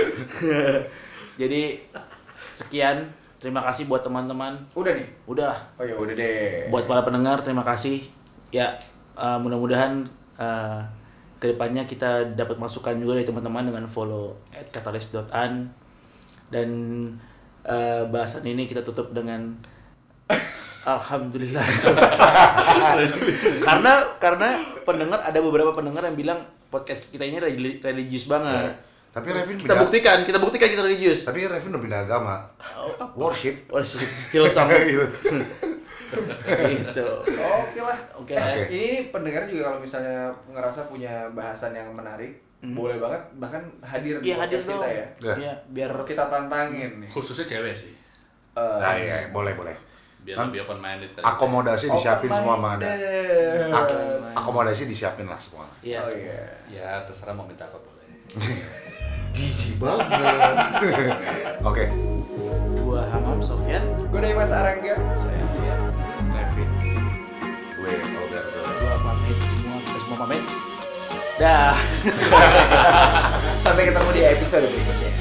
Jadi sekian, terima kasih buat teman-teman. Udah nih. Udah lah. Oh ya udah deh. Buat para pendengar terima kasih. Ya, mudah-mudahan kedepannya kita dapat masukan juga dari teman-teman dengan follow @katalis.an. Dan bahasan ini kita tutup dengan alhamdulillah. karena pendengar, ada beberapa pendengar yang bilang podcast kita ini religius banget. Ya. Tapi Revin Kita buktikan kita religius. Tapi Revin udah pindah agama. Worship. Hillsong. Gitu. Oke lah. Oke. Ini pendengar juga kalau misalnya ngerasa punya bahasan yang menarik, boleh banget bahkan hadir di Iya, hadir podcast dong. kita ya. Ya. Iya, biar Kita tantangin nih. Khususnya cewek sih. Nah, iya, boleh. Biar lebih open minded kali. Akomodasi disiapin semua sama ada. Open-minded. Akomodasi disiapin lah semua. iya. Oh iya. Ya terserah mau minta apa boleh. Jijik banget. Oke. Gua Hamam Sofyan. Gue dari Mas Arangga. Saya lihat Revin di sini. Gue Roberto. Gua pamit semua, kita semua pamit. Dah. Sampai ketemu di episode berikutnya.